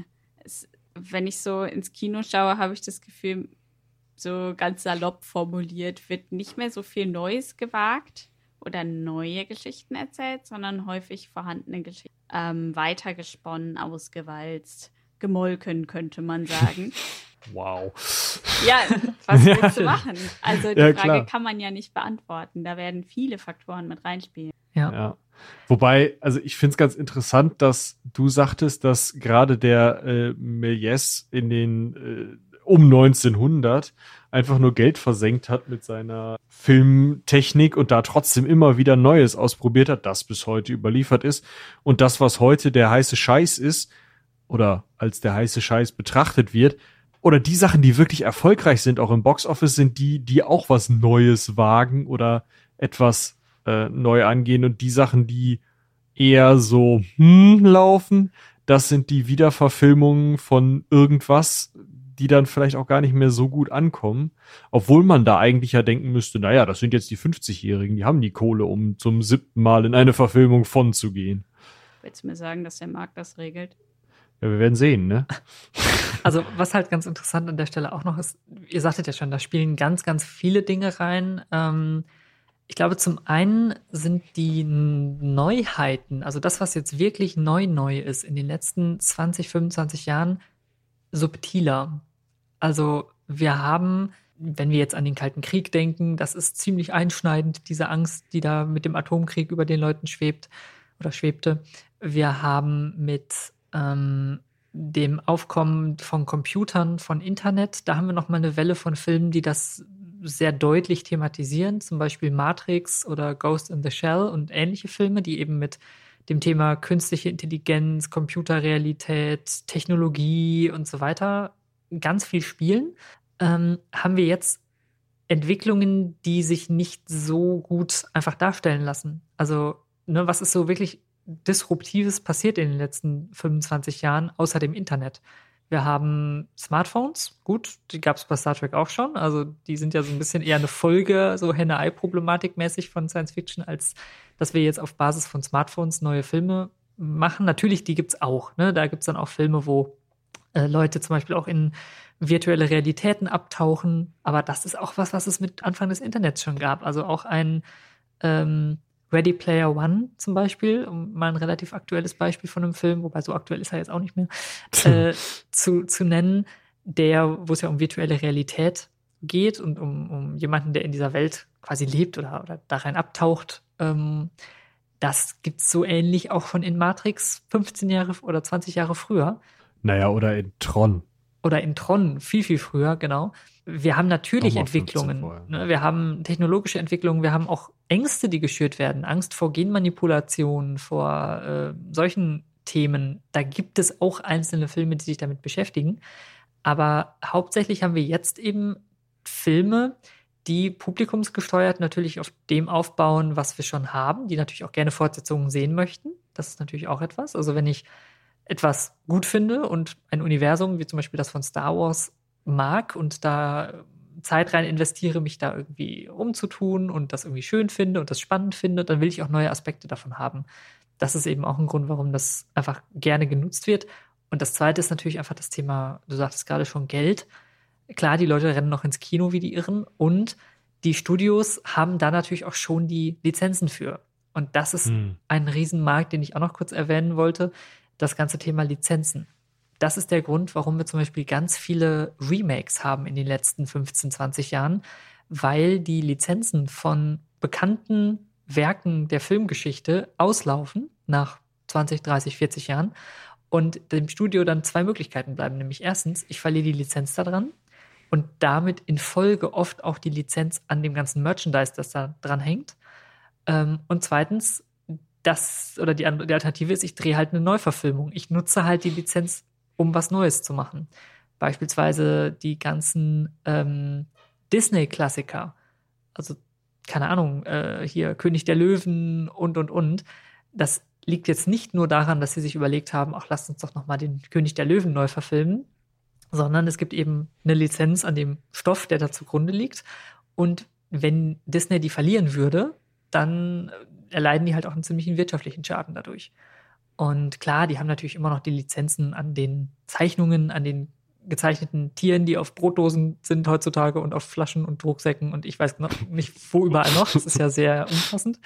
wenn ich so ins Kino schaue, habe ich das Gefühl, so ganz salopp formuliert, wird nicht mehr so viel Neues gewagt oder neue Geschichten erzählt, sondern häufig vorhandene Geschichten weitergesponnen, ausgewalzt, gemolken, könnte man sagen. Wow. Ja, was willst du machen? Also die Frage klar. kann man ja nicht beantworten. Da werden viele Faktoren mit reinspielen. Ja. Wobei, also ich finde es ganz interessant, dass du sagtest, dass gerade der Méliès in den um 1900 einfach nur Geld versenkt hat mit seiner Filmtechnik und da trotzdem immer wieder Neues ausprobiert hat, das bis heute überliefert ist. Und das, was heute der heiße Scheiß ist, oder als der heiße Scheiß betrachtet wird, oder die Sachen, die wirklich erfolgreich sind, auch im Boxoffice, sind die auch was Neues wagen oder etwas neu angehen. Und die Sachen, die eher so laufen, das sind die Wiederverfilmungen von irgendwas, die dann vielleicht auch gar nicht mehr so gut ankommen. Obwohl man da eigentlich ja denken müsste, naja, das sind jetzt die 50-Jährigen, die haben die Kohle, um zum 7. Mal in eine Verfilmung von zu gehen. Willst du mir sagen, dass der Markt das regelt? Ja, wir werden sehen, ne? Also, was halt ganz interessant an der Stelle auch noch ist, ihr sagtet ja schon, da spielen ganz viele Dinge rein. Ich glaube, zum einen sind die Neuheiten, also das, was jetzt wirklich neu ist in den letzten 20, 25 Jahren, subtiler. Also, wir haben, wenn wir jetzt an den Kalten Krieg denken, das ist ziemlich einschneidend, diese Angst, die da mit dem Atomkrieg über den Leuten schwebt oder schwebte. Wir haben mit dem Aufkommen von Computern, von Internet, da haben wir noch mal eine Welle von Filmen, die das sehr deutlich thematisieren, zum Beispiel Matrix oder Ghost in the Shell und ähnliche Filme, die eben mit dem Thema künstliche Intelligenz, Computerrealität, Technologie und so weiter ganz viel spielen, haben wir jetzt Entwicklungen, die sich nicht so gut einfach darstellen lassen. Also, ne, was ist so wirklich Disruptives passiert in den letzten 25 Jahren, außer dem Internet? Wir haben Smartphones, gut, die gab es bei Star Trek auch schon. Also die sind ja so ein bisschen eher eine Folge, so Henne-Ei-Problematik mäßig von Science Fiction, als dass wir jetzt auf Basis von Smartphones neue Filme machen. Natürlich, die gibt's auch. Ne? Da gibt's dann auch Filme, wo Leute zum Beispiel auch in virtuelle Realitäten abtauchen. Aber das ist auch was es mit Anfang des Internets schon gab. Also auch ein Ready Player One zum Beispiel, um mal ein relativ aktuelles Beispiel von einem Film, wobei so aktuell ist er jetzt auch nicht mehr, zu nennen, wo es ja um virtuelle Realität geht und um jemanden, der in dieser Welt quasi lebt oder da rein abtaucht. Das gibt's so ähnlich auch schon in Matrix 15 Jahre oder 20 Jahre früher. Naja, oder in Tron. Oder in Tron viel, viel früher, genau. Wir haben natürlich Entwicklungen. Ne? Wir haben technologische Entwicklungen, wir haben auch Ängste, die geschürt werden. Angst vor Genmanipulation, vor solchen Themen. Da gibt es auch einzelne Filme, die sich damit beschäftigen. Aber hauptsächlich haben wir jetzt eben Filme, die publikumsgesteuert natürlich auf dem aufbauen, was wir schon haben, die natürlich auch gerne Fortsetzungen sehen möchten. Das ist natürlich auch etwas. Also wenn ich etwas gut finde und ein Universum, wie zum Beispiel das von Star Wars, mag und da Zeit rein investiere, mich da irgendwie umzutun und das irgendwie schön finde und das spannend finde, dann will ich auch neue Aspekte davon haben. Das ist eben auch ein Grund, warum das einfach gerne genutzt wird. Und das Zweite ist natürlich einfach das Thema, du sagtest gerade schon, Geld. Klar, die Leute rennen noch ins Kino wie die Irren und die Studios haben da natürlich auch schon die Lizenzen für. Und das ist ein Riesenmarkt, den ich auch noch kurz erwähnen wollte. Das ganze Thema Lizenzen. Das ist der Grund, warum wir zum Beispiel ganz viele Remakes haben in den letzten 15, 20 Jahren, weil die Lizenzen von bekannten Werken der Filmgeschichte auslaufen nach 20, 30, 40 Jahren und dem Studio dann zwei Möglichkeiten bleiben. Nämlich erstens, ich verliere die Lizenz daran und damit in Folge oft auch die Lizenz an dem ganzen Merchandise, das da dran hängt. Und zweitens, die Alternative ist, ich drehe halt eine Neuverfilmung. Ich nutze halt die Lizenz, um was Neues zu machen. Beispielsweise die ganzen Disney-Klassiker. Also, keine Ahnung, hier König der Löwen und. Das liegt jetzt nicht nur daran, dass sie sich überlegt haben, ach, lasst uns doch noch mal den König der Löwen neu verfilmen, sondern es gibt eben eine Lizenz an dem Stoff, der da zugrunde liegt. Und wenn Disney die verlieren würde, dann erleiden die halt auch einen ziemlichen wirtschaftlichen Schaden dadurch. Und klar, die haben natürlich immer noch die Lizenzen an den Zeichnungen, an den gezeichneten Tieren, die auf Brotdosen sind heutzutage und auf Flaschen und Rucksäcken und ich weiß noch nicht, wo überall noch. Das ist ja sehr umfassend,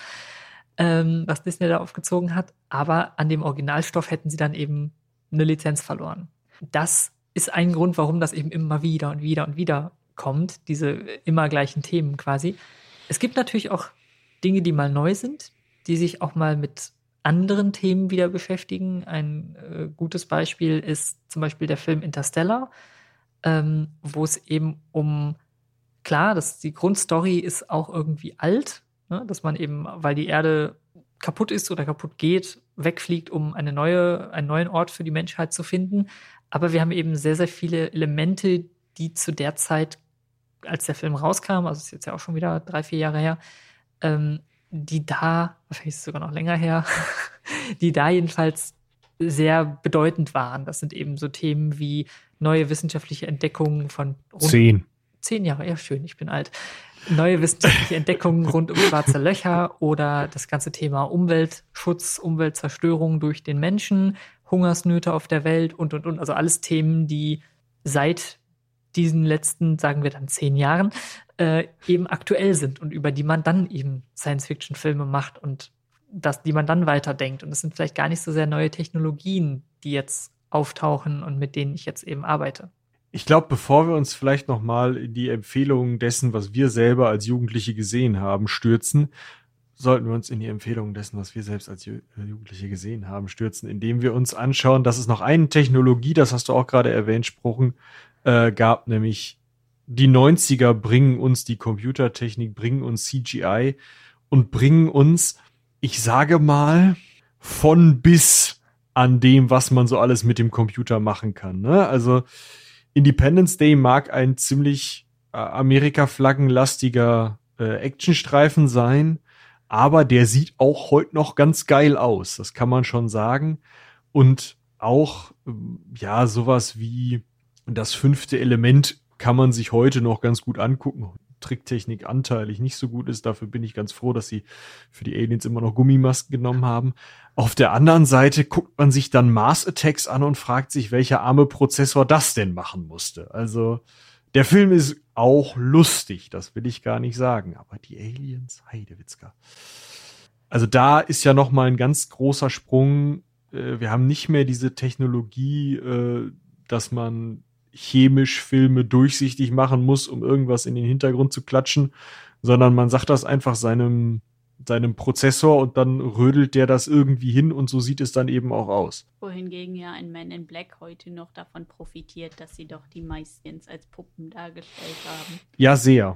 was Disney da aufgezogen hat. Aber an dem Originalstoff hätten sie dann eben eine Lizenz verloren. Das ist ein Grund, warum das eben immer wieder und wieder und wieder kommt, diese immer gleichen Themen quasi. Es gibt natürlich auch Dinge, die mal neu sind, die sich auch mal mit anderen Themen wieder beschäftigen. Ein gutes Beispiel ist zum Beispiel der Film Interstellar, wo es eben klar, die Grundstory ist auch irgendwie alt, ne, dass man eben, weil die Erde kaputt ist oder kaputt geht, wegfliegt, um einen neuen Ort für die Menschheit zu finden. Aber wir haben eben sehr, sehr viele Elemente, die zu der Zeit, als der Film rauskam, also ist jetzt ja auch schon wieder 3, 4 Jahre her, die da, wahrscheinlich ist es sogar noch länger her, die da jedenfalls sehr bedeutend waren. Das sind eben so Themen wie neue wissenschaftliche Entdeckungen von 10 Jahre, ja schön, ich bin alt. Neue wissenschaftliche Entdeckungen rund um schwarze Löcher oder das ganze Thema Umweltschutz, Umweltzerstörung durch den Menschen, Hungersnöte auf der Welt und. Also alles Themen, die seit diesen letzten, sagen wir dann 10 Jahren, eben aktuell sind und über die man dann eben Science-Fiction-Filme macht und die man dann weiterdenkt. Und es sind vielleicht gar nicht so sehr neue Technologien, die jetzt auftauchen und mit denen ich jetzt eben arbeite. Ich glaube, bevor wir uns vielleicht noch mal in die Empfehlungen dessen, was wir selber als Jugendliche gesehen haben, stürzen, sollten wir uns in die Empfehlungen dessen, was wir selbst als Jugendliche gesehen haben, stürzen, indem wir uns anschauen, dass es noch eine Technologie, das hast du auch gerade erwähnt, gab, nämlich die 90er bringen uns die Computertechnik, bringen uns CGI und bringen uns, ich sage mal, von bis an dem, was man so alles mit dem Computer machen kann. Ne? Also Independence Day mag ein ziemlich Amerika-Flaggenlastiger Actionstreifen sein, aber der sieht auch heute noch ganz geil aus. Das kann man schon sagen. Und auch, ja, sowas wie das 5. Element kann man sich heute noch ganz gut angucken. Tricktechnik anteilig nicht so gut ist. Dafür bin ich ganz froh, dass sie für die Aliens immer noch Gummimasken genommen haben. Auf der anderen Seite guckt man sich dann Mars Attacks an und fragt sich, welcher arme Prozessor das denn machen musste. Also der Film ist auch lustig, das will ich gar nicht sagen. Aber die Aliens, Heidewitzka. Also da ist ja noch mal ein ganz großer Sprung. Wir haben nicht mehr diese Technologie, dass man chemisch Filme durchsichtig machen muss, um irgendwas in den Hintergrund zu klatschen, sondern man sagt das einfach seinem Prozessor und dann rödelt der das irgendwie hin und so sieht es dann eben auch aus. Wohingegen ja ein Man in Black heute noch davon profitiert, dass sie doch die meistens als Puppen dargestellt haben. Ja, sehr.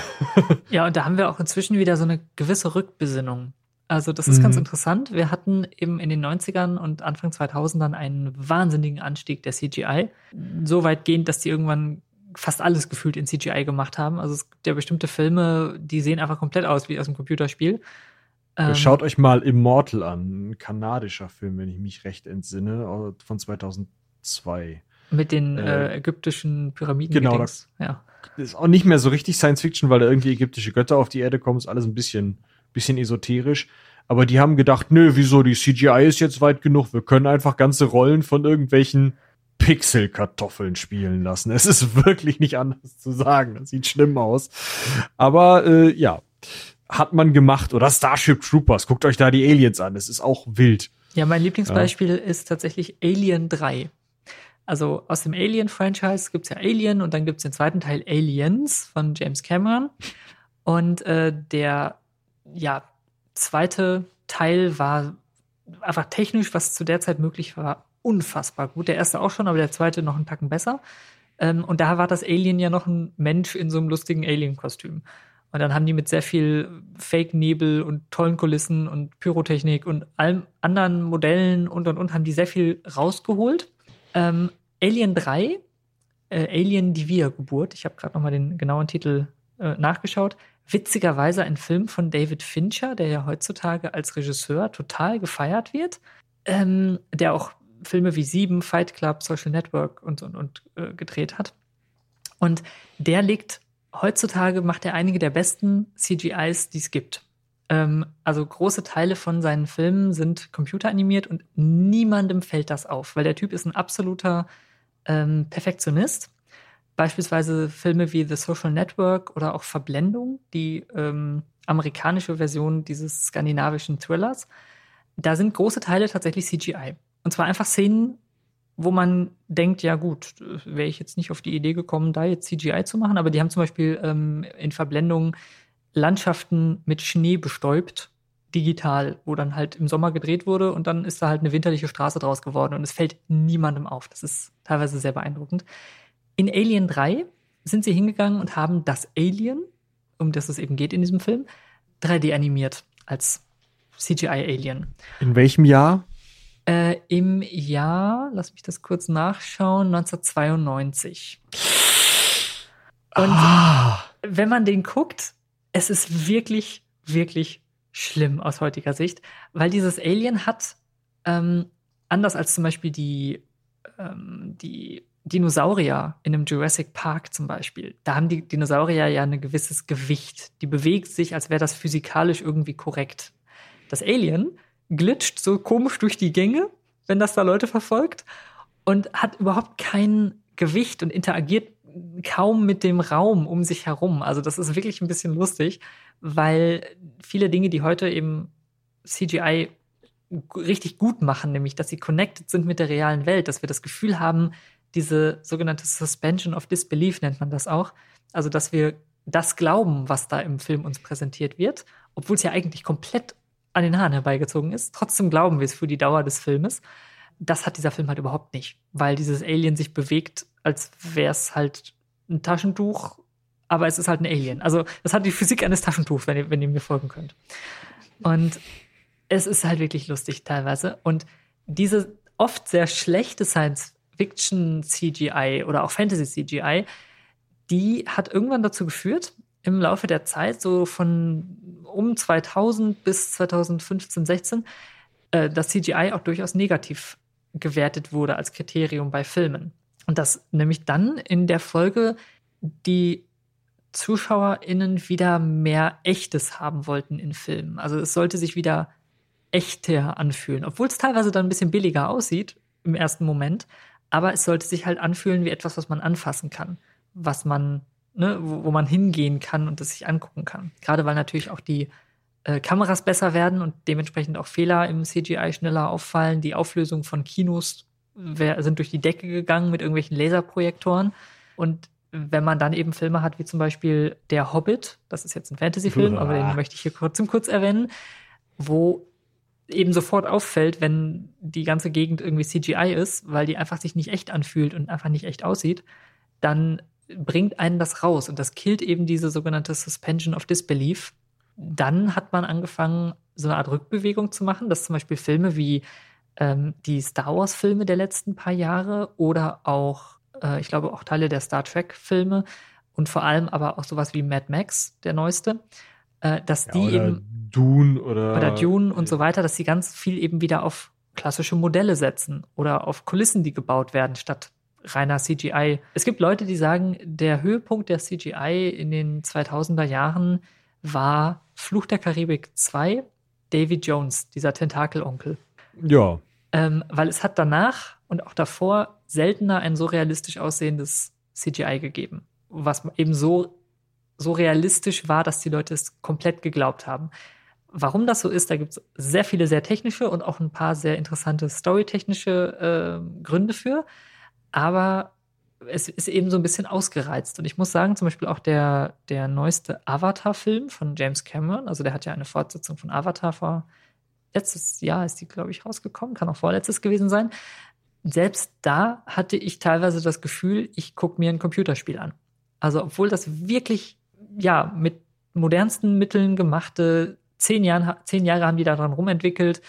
Ja, und da haben wir auch inzwischen wieder so eine gewisse Rückbesinnung. Also das ist ganz interessant. Wir hatten eben in den 90ern und Anfang 2000ern einen wahnsinnigen Anstieg der CGI. So weitgehend, dass die irgendwann fast alles gefühlt in CGI gemacht haben. Also es gibt ja bestimmte Filme, die sehen einfach komplett aus wie aus einem Computerspiel. Schaut euch mal Immortal an, ein kanadischer Film, wenn ich mich recht entsinne, von 2002. Mit den ägyptischen Pyramiden. Genau, das ist auch nicht mehr so richtig Science Fiction, weil da irgendwie ägyptische Götter auf die Erde kommen, ist alles ein bisschen esoterisch. Aber die haben gedacht, nö, wieso, die CGI ist jetzt weit genug, wir können einfach ganze Rollen von irgendwelchen Pixelkartoffeln spielen lassen. Es ist wirklich nicht anders zu sagen. Das sieht schlimm aus. Aber ja, hat man gemacht. Oder Starship Troopers. Guckt euch da die Aliens an. Es ist auch wild. Ja, mein Lieblingsbeispiel ist tatsächlich Alien 3. Also aus dem Alien-Franchise gibt's ja Alien und dann gibt's den zweiten Teil Aliens von James Cameron. Und der zweite Teil war einfach technisch, was zu der Zeit möglich war, unfassbar gut. Der erste auch schon, aber der zweite noch einen Tacken besser. Und da war das Alien ja noch ein Mensch in so einem lustigen Alien-Kostüm. Und dann haben die mit sehr viel Fake-Nebel und tollen Kulissen und Pyrotechnik und allen anderen Modellen und haben die sehr viel rausgeholt. Alien 3, Alien die Wiedergeburt, ich habe gerade noch mal den genauen Titel nachgeschaut. Witzigerweise ein Film von David Fincher, der ja heutzutage als Regisseur total gefeiert wird, der auch Filme wie 7, Fight Club, Social Network und gedreht hat. Und der macht er einige der besten CGIs, die es gibt. Also große Teile von seinen Filmen sind computeranimiert und niemandem fällt das auf, weil der Typ ist ein absoluter Perfektionist. Beispielsweise Filme wie The Social Network oder auch Verblendung, die amerikanische Version dieses skandinavischen Thrillers. Da sind große Teile tatsächlich CGI. Und zwar einfach Szenen, wo man denkt, ja gut, wäre ich jetzt nicht auf die Idee gekommen, da jetzt CGI zu machen. Aber die haben zum Beispiel in Verblendung Landschaften mit Schnee bestäubt, digital, wo dann halt im Sommer gedreht wurde und dann ist da halt eine winterliche Straße draus geworden und es fällt niemandem auf. Das ist teilweise sehr beeindruckend. In Alien 3 sind sie hingegangen und haben das Alien, um das es eben geht in diesem Film, 3D animiert als CGI-Alien. In welchem Jahr? Im Jahr, lass mich das kurz nachschauen, 1992. Und wenn man den guckt, es ist wirklich, wirklich schlimm aus heutiger Sicht, weil dieses Alien hat, anders als zum Beispiel die Dinosaurier in einem Jurassic Park zum Beispiel, da haben die Dinosaurier ja ein gewisses Gewicht. Die bewegt sich, als wäre das physikalisch irgendwie korrekt. Das Alien glitscht so komisch durch die Gänge, wenn das da Leute verfolgt und hat überhaupt kein Gewicht und interagiert kaum mit dem Raum um sich herum. Also das ist wirklich ein bisschen lustig, weil viele Dinge, die heute eben CGI richtig gut machen, nämlich dass sie connected sind mit der realen Welt, dass wir das Gefühl haben, diese sogenannte Suspension of Disbelief nennt man das auch, also dass wir das glauben, was da im Film uns präsentiert wird, obwohl es ja eigentlich komplett an den Haaren herbeigezogen ist. Trotzdem glauben wir es für die Dauer des Filmes. Das hat dieser Film halt überhaupt nicht, weil dieses Alien sich bewegt, als wäre es halt ein Taschentuch, aber es ist halt ein Alien. Also das hat die Physik eines Taschentuchs, wenn ihr mir folgen könnt. Und es ist halt wirklich lustig teilweise. Und diese oft sehr schlechte Science-Fiction-CGI oder auch Fantasy-CGI, die hat irgendwann dazu geführt, im Laufe der Zeit, so von um 2000 bis 2015, 16, dass CGI auch durchaus negativ gewertet wurde als Kriterium bei Filmen. Und dass nämlich dann in der Folge die ZuschauerInnen wieder mehr Echtes haben wollten in Filmen. Also es sollte sich wieder echter anfühlen, obwohl es teilweise dann ein bisschen billiger aussieht im ersten Moment, aber es sollte sich halt anfühlen wie etwas, was man anfassen kann, was man, ne, wo man hingehen kann und es sich angucken kann. Gerade weil natürlich auch die Kameras besser werden und dementsprechend auch Fehler im CGI schneller auffallen. Die Auflösung von Kinos sind durch die Decke gegangen mit irgendwelchen Laserprojektoren. Und wenn man dann eben Filme hat, wie zum Beispiel Der Hobbit, das ist jetzt ein Fantasy-Film, aber den möchte ich hier kurz erwähnen, wo eben sofort auffällt, wenn die ganze Gegend irgendwie CGI ist, weil die einfach sich nicht echt anfühlt und einfach nicht echt aussieht, dann bringt einen das raus und das killt eben diese sogenannte Suspension of Disbelief. Dann hat man angefangen, so eine Art Rückbewegung zu machen, dass zum Beispiel Filme wie die Star Wars-Filme der letzten paar Jahre oder auch, ich glaube, auch Teile der Star Trek-Filme und vor allem aber auch sowas wie Mad Max, der neueste, dass die eben Dune oder Dune und so weiter, dass sie ganz viel eben wieder auf klassische Modelle setzen oder auf Kulissen, die gebaut werden, statt reiner CGI. Es gibt Leute, die sagen, der Höhepunkt der CGI in den 2000er Jahren war Fluch der Karibik 2, Davy Jones, dieser Tentakelonkel. Ja. Weil es hat danach und auch davor seltener ein so realistisch aussehendes CGI gegeben, was eben so realistisch war, dass die Leute es komplett geglaubt haben. Warum das so ist, da gibt es sehr viele sehr technische und auch ein paar sehr interessante storytechnische Gründe für. Aber es ist eben so ein bisschen ausgereizt. Und ich muss sagen, zum Beispiel auch der neueste Avatar-Film von James Cameron, also der hat ja eine Fortsetzung von Avatar vor letztes Jahr ist die, glaube ich, rausgekommen, kann auch vorletztes gewesen sein. Selbst da hatte ich teilweise das Gefühl, ich gucke mir ein Computerspiel an. Also obwohl das wirklich, ja, mit modernsten Mitteln gemachte, 10 Jahre haben die daran rumentwickelt,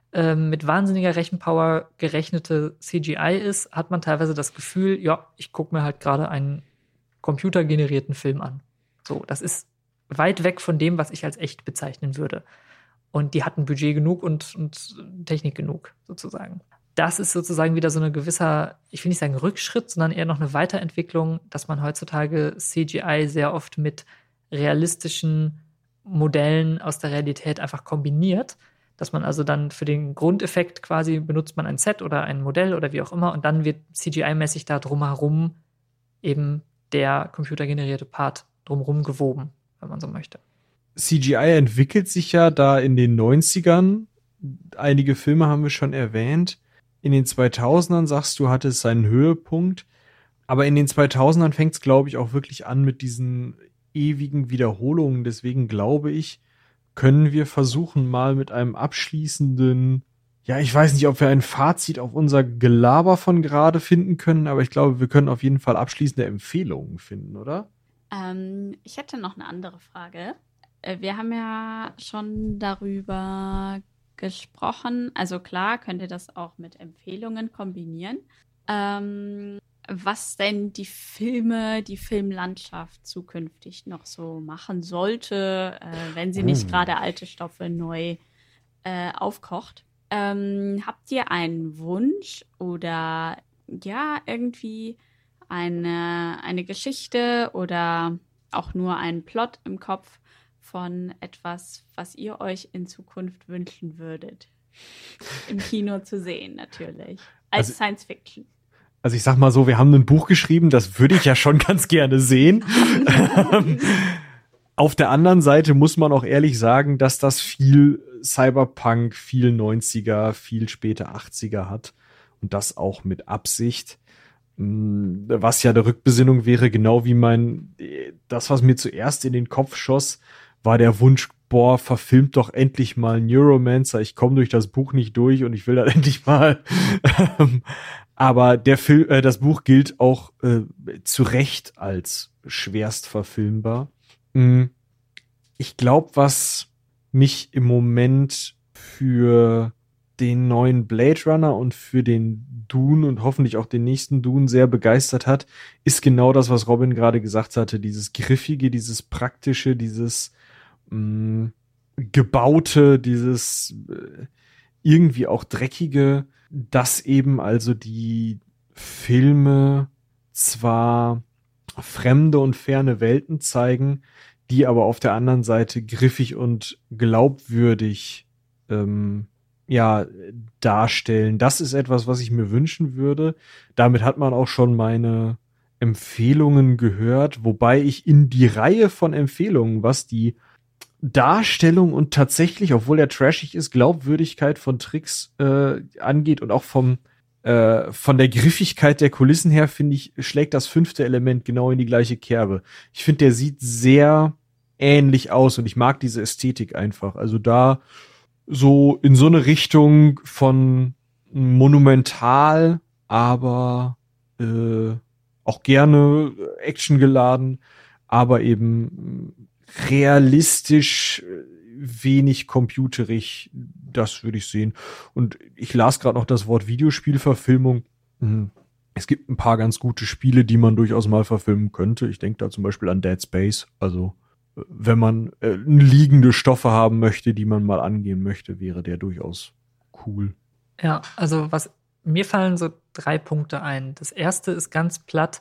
mit wahnsinniger Rechenpower gerechnete CGI ist, hat man teilweise das Gefühl, ja, ich gucke mir halt gerade einen computergenerierten Film an. So, das ist weit weg von dem, was ich als echt bezeichnen würde. Und die hatten Budget genug und Technik genug, sozusagen. Das ist sozusagen wieder so eine gewisser, ich will nicht sagen Rückschritt, sondern eher noch eine Weiterentwicklung, dass man heutzutage CGI sehr oft mit realistischen Modellen aus der Realität einfach kombiniert. Dass man also dann für den Grundeffekt quasi benutzt man ein Set oder ein Modell oder wie auch immer und dann wird CGI-mäßig da drumherum eben der computergenerierte Part drumherum gewoben, wenn man so möchte. CGI entwickelt sich ja da in den 90ern. Einige Filme haben wir schon erwähnt. In den 2000ern, sagst du, hatte es seinen Höhepunkt. Aber in den 2000ern fängt es, glaube ich, auch wirklich an mit diesen ewigen Wiederholungen. Deswegen glaube ich, können wir versuchen, mal mit einem abschließenden, ja, ich weiß nicht, ob wir ein Fazit auf unser Gelaber von gerade finden können, aber ich glaube, wir können auf jeden Fall abschließende Empfehlungen finden, oder? Ich hätte noch eine andere Frage. Wir haben ja schon darüber gesprochen, also klar, könnt ihr das auch mit Empfehlungen kombinieren. Was denn die Filmlandschaft zukünftig noch so machen sollte, wenn sie nicht gerade alte Stoffe neu aufkocht. Habt ihr einen Wunsch oder ja, irgendwie eine Geschichte oder auch nur einen Plot im Kopf von etwas, was ihr euch in Zukunft wünschen würdet? Im Kino zu sehen, natürlich. Als Science Fiction. Also ich sag mal so, wir haben ein Buch geschrieben, das würde ich ja schon ganz gerne sehen. Auf der anderen Seite muss man auch ehrlich sagen, dass das viel Cyberpunk, viel 90er, viel späte 80er hat. Und das auch mit Absicht. Was ja der Rückbesinnung wäre, genau wie das, was mir zuerst in den Kopf schoss, war der Wunsch, boah, verfilmt doch endlich mal Neuromancer. Ich komme durch das Buch nicht durch und ich will das endlich mal. Aber das Buch gilt auch zu Recht als schwerst verfilmbar. Ich glaube, was mich im Moment für den neuen Blade Runner und für den Dune und hoffentlich auch den nächsten Dune sehr begeistert hat, ist genau das, was Robin gerade gesagt hatte. Dieses Griffige, dieses Praktische, dieses Gebaute, dieses irgendwie auch Dreckige, dass eben also die Filme zwar fremde und ferne Welten zeigen, die aber auf der anderen Seite griffig und glaubwürdig darstellen. Das ist etwas, was ich mir wünschen würde. Damit hat man auch schon meine Empfehlungen gehört, wobei ich in die Reihe von Empfehlungen, was die Darstellung und tatsächlich, obwohl er trashig ist, Glaubwürdigkeit von Tricks angeht und auch von der Griffigkeit der Kulissen her, finde ich, schlägt das 5. Element genau in die gleiche Kerbe. Ich finde, der sieht sehr ähnlich aus und ich mag diese Ästhetik einfach. Also da so in so eine Richtung von monumental, aber auch gerne actiongeladen, aber eben realistisch, wenig computerig, das würde ich sehen. Und ich las gerade noch das Wort Videospielverfilmung. Es gibt ein paar ganz gute Spiele, die man durchaus mal verfilmen könnte. Ich denke da zum Beispiel an Dead Space. Also wenn man liegende Stoffe haben möchte, die man mal angehen möchte, wäre der durchaus cool. Ja, also mir fallen so 3 Punkte ein. Das erste ist ganz platt.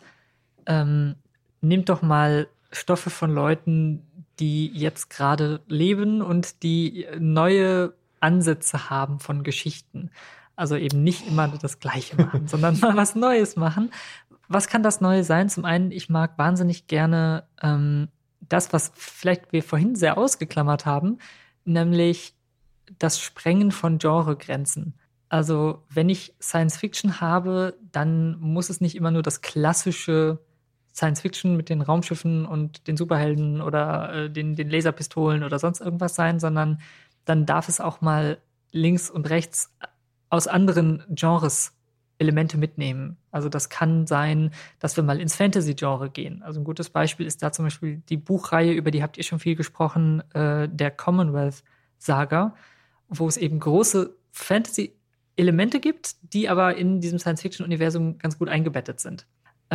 Nehmt doch mal Stoffe von Leuten, die jetzt gerade leben und die neue Ansätze haben von Geschichten. Also eben nicht immer das Gleiche machen, sondern mal was Neues machen. Was kann das Neue sein? Zum einen, ich mag wahnsinnig gerne das, was vielleicht wir vorhin sehr ausgeklammert haben, nämlich das Sprengen von Genregrenzen. Also wenn ich Science-Fiction habe, dann muss es nicht immer nur das klassische Science-Fiction mit den Raumschiffen und den Superhelden oder den Laserpistolen oder sonst irgendwas sein, sondern dann darf es auch mal links und rechts aus anderen Genres Elemente mitnehmen. Also das kann sein, dass wir mal ins Fantasy-Genre gehen. Also ein gutes Beispiel ist da zum Beispiel die Buchreihe, über die habt ihr schon viel gesprochen, der Commonwealth-Saga, wo es eben große Fantasy-Elemente gibt, die aber in diesem Science-Fiction-Universum ganz gut eingebettet sind.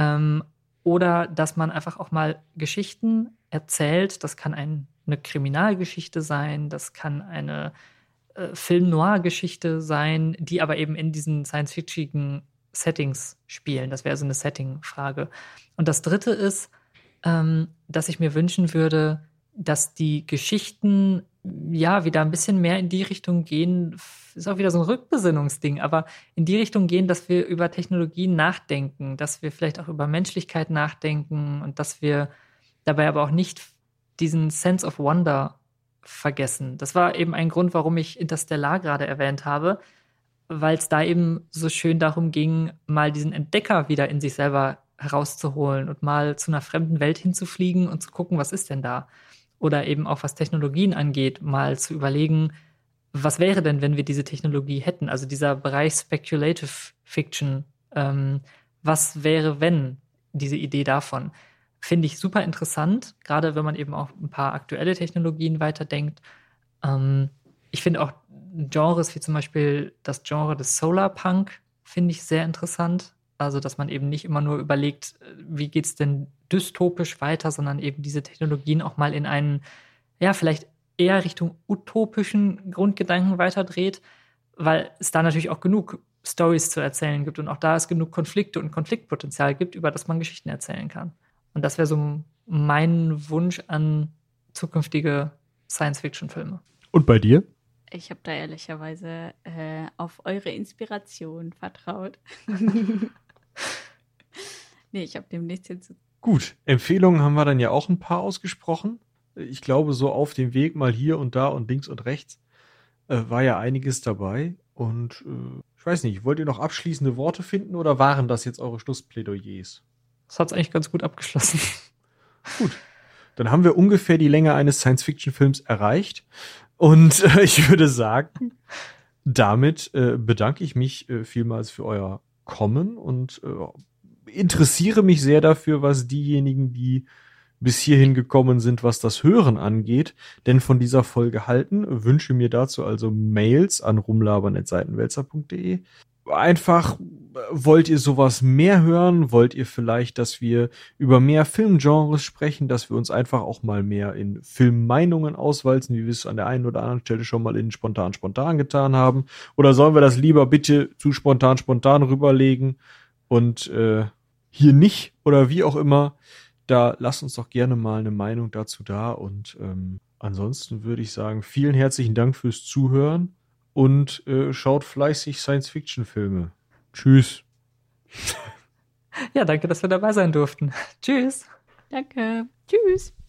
Oder dass man einfach auch mal Geschichten erzählt. Das kann eine Kriminalgeschichte sein, das kann eine Film-Noir-Geschichte sein, die aber eben in diesen science-fictigen Settings spielen. Das wäre so eine Setting-Frage. Und das Dritte ist, dass ich mir wünschen würde, dass die Geschichten wieder ein bisschen mehr in die Richtung gehen, ist auch wieder so ein Rückbesinnungsding, aber in die Richtung gehen, dass wir über Technologien nachdenken, dass wir vielleicht auch über Menschlichkeit nachdenken und dass wir dabei aber auch nicht diesen Sense of Wonder vergessen. Das war eben ein Grund, warum ich Interstellar gerade erwähnt habe, weil es da eben so schön darum ging, mal diesen Entdecker wieder in sich selber herauszuholen und mal zu einer fremden Welt hinzufliegen und zu gucken, was ist denn da? Oder eben auch was Technologien angeht, mal zu überlegen, was wäre denn, wenn wir diese Technologie hätten? Also dieser Bereich Speculative Fiction, was wäre, wenn diese Idee davon? Finde ich super interessant, gerade wenn man eben auch ein paar aktuelle Technologien weiterdenkt. Ich finde auch Genres wie zum Beispiel das Genre des Solarpunk finde ich sehr interessant. Also, dass man eben nicht immer nur überlegt, wie geht's denn dystopisch weiter, sondern eben diese Technologien auch mal in einen, vielleicht eher Richtung utopischen Grundgedanken weiterdreht, weil es da natürlich auch genug Storys zu erzählen gibt und auch da es genug Konflikte und Konfliktpotenzial gibt, über das man Geschichten erzählen kann. Und das wäre so mein Wunsch an zukünftige Science-Fiction-Filme. Und bei dir? Ich habe da ehrlicherweise auf eure Inspiration vertraut. Nee, ich habe dem nichts hinzu. Gut, Empfehlungen haben wir dann ja auch ein paar ausgesprochen. Ich glaube, so auf dem Weg mal hier und da und links und rechts war ja einiges dabei. Und ich weiß nicht, wollt ihr noch abschließende Worte finden oder waren das jetzt eure Schlussplädoyers? Das hat es eigentlich ganz gut abgeschlossen. Gut, dann haben wir ungefähr die Länge eines Science-Fiction-Films erreicht. Und ich würde sagen, damit bedanke ich mich vielmals für euer Kommen und interessiere mich sehr dafür, was diejenigen, die bis hierhin gekommen sind, was das Hören angeht, denn von dieser Folge halten. Wünsche mir dazu also Mails an rumlabern@seitenwälzer.de. Einfach, wollt ihr sowas mehr hören? Wollt ihr vielleicht, dass wir über mehr Filmgenres sprechen, dass wir uns einfach auch mal mehr in Filmmeinungen auswalzen, wie wir es an der einen oder anderen Stelle schon mal in Spontan getan haben? Oder sollen wir das lieber bitte zu Spontan rüberlegen und hier nicht oder wie auch immer? Da lasst uns doch gerne mal eine Meinung dazu da. Und ansonsten würde ich sagen, vielen herzlichen Dank fürs Zuhören und schaut fleißig Science-Fiction-Filme. Tschüss. Ja, danke, dass wir dabei sein durften. Tschüss. Danke. Tschüss.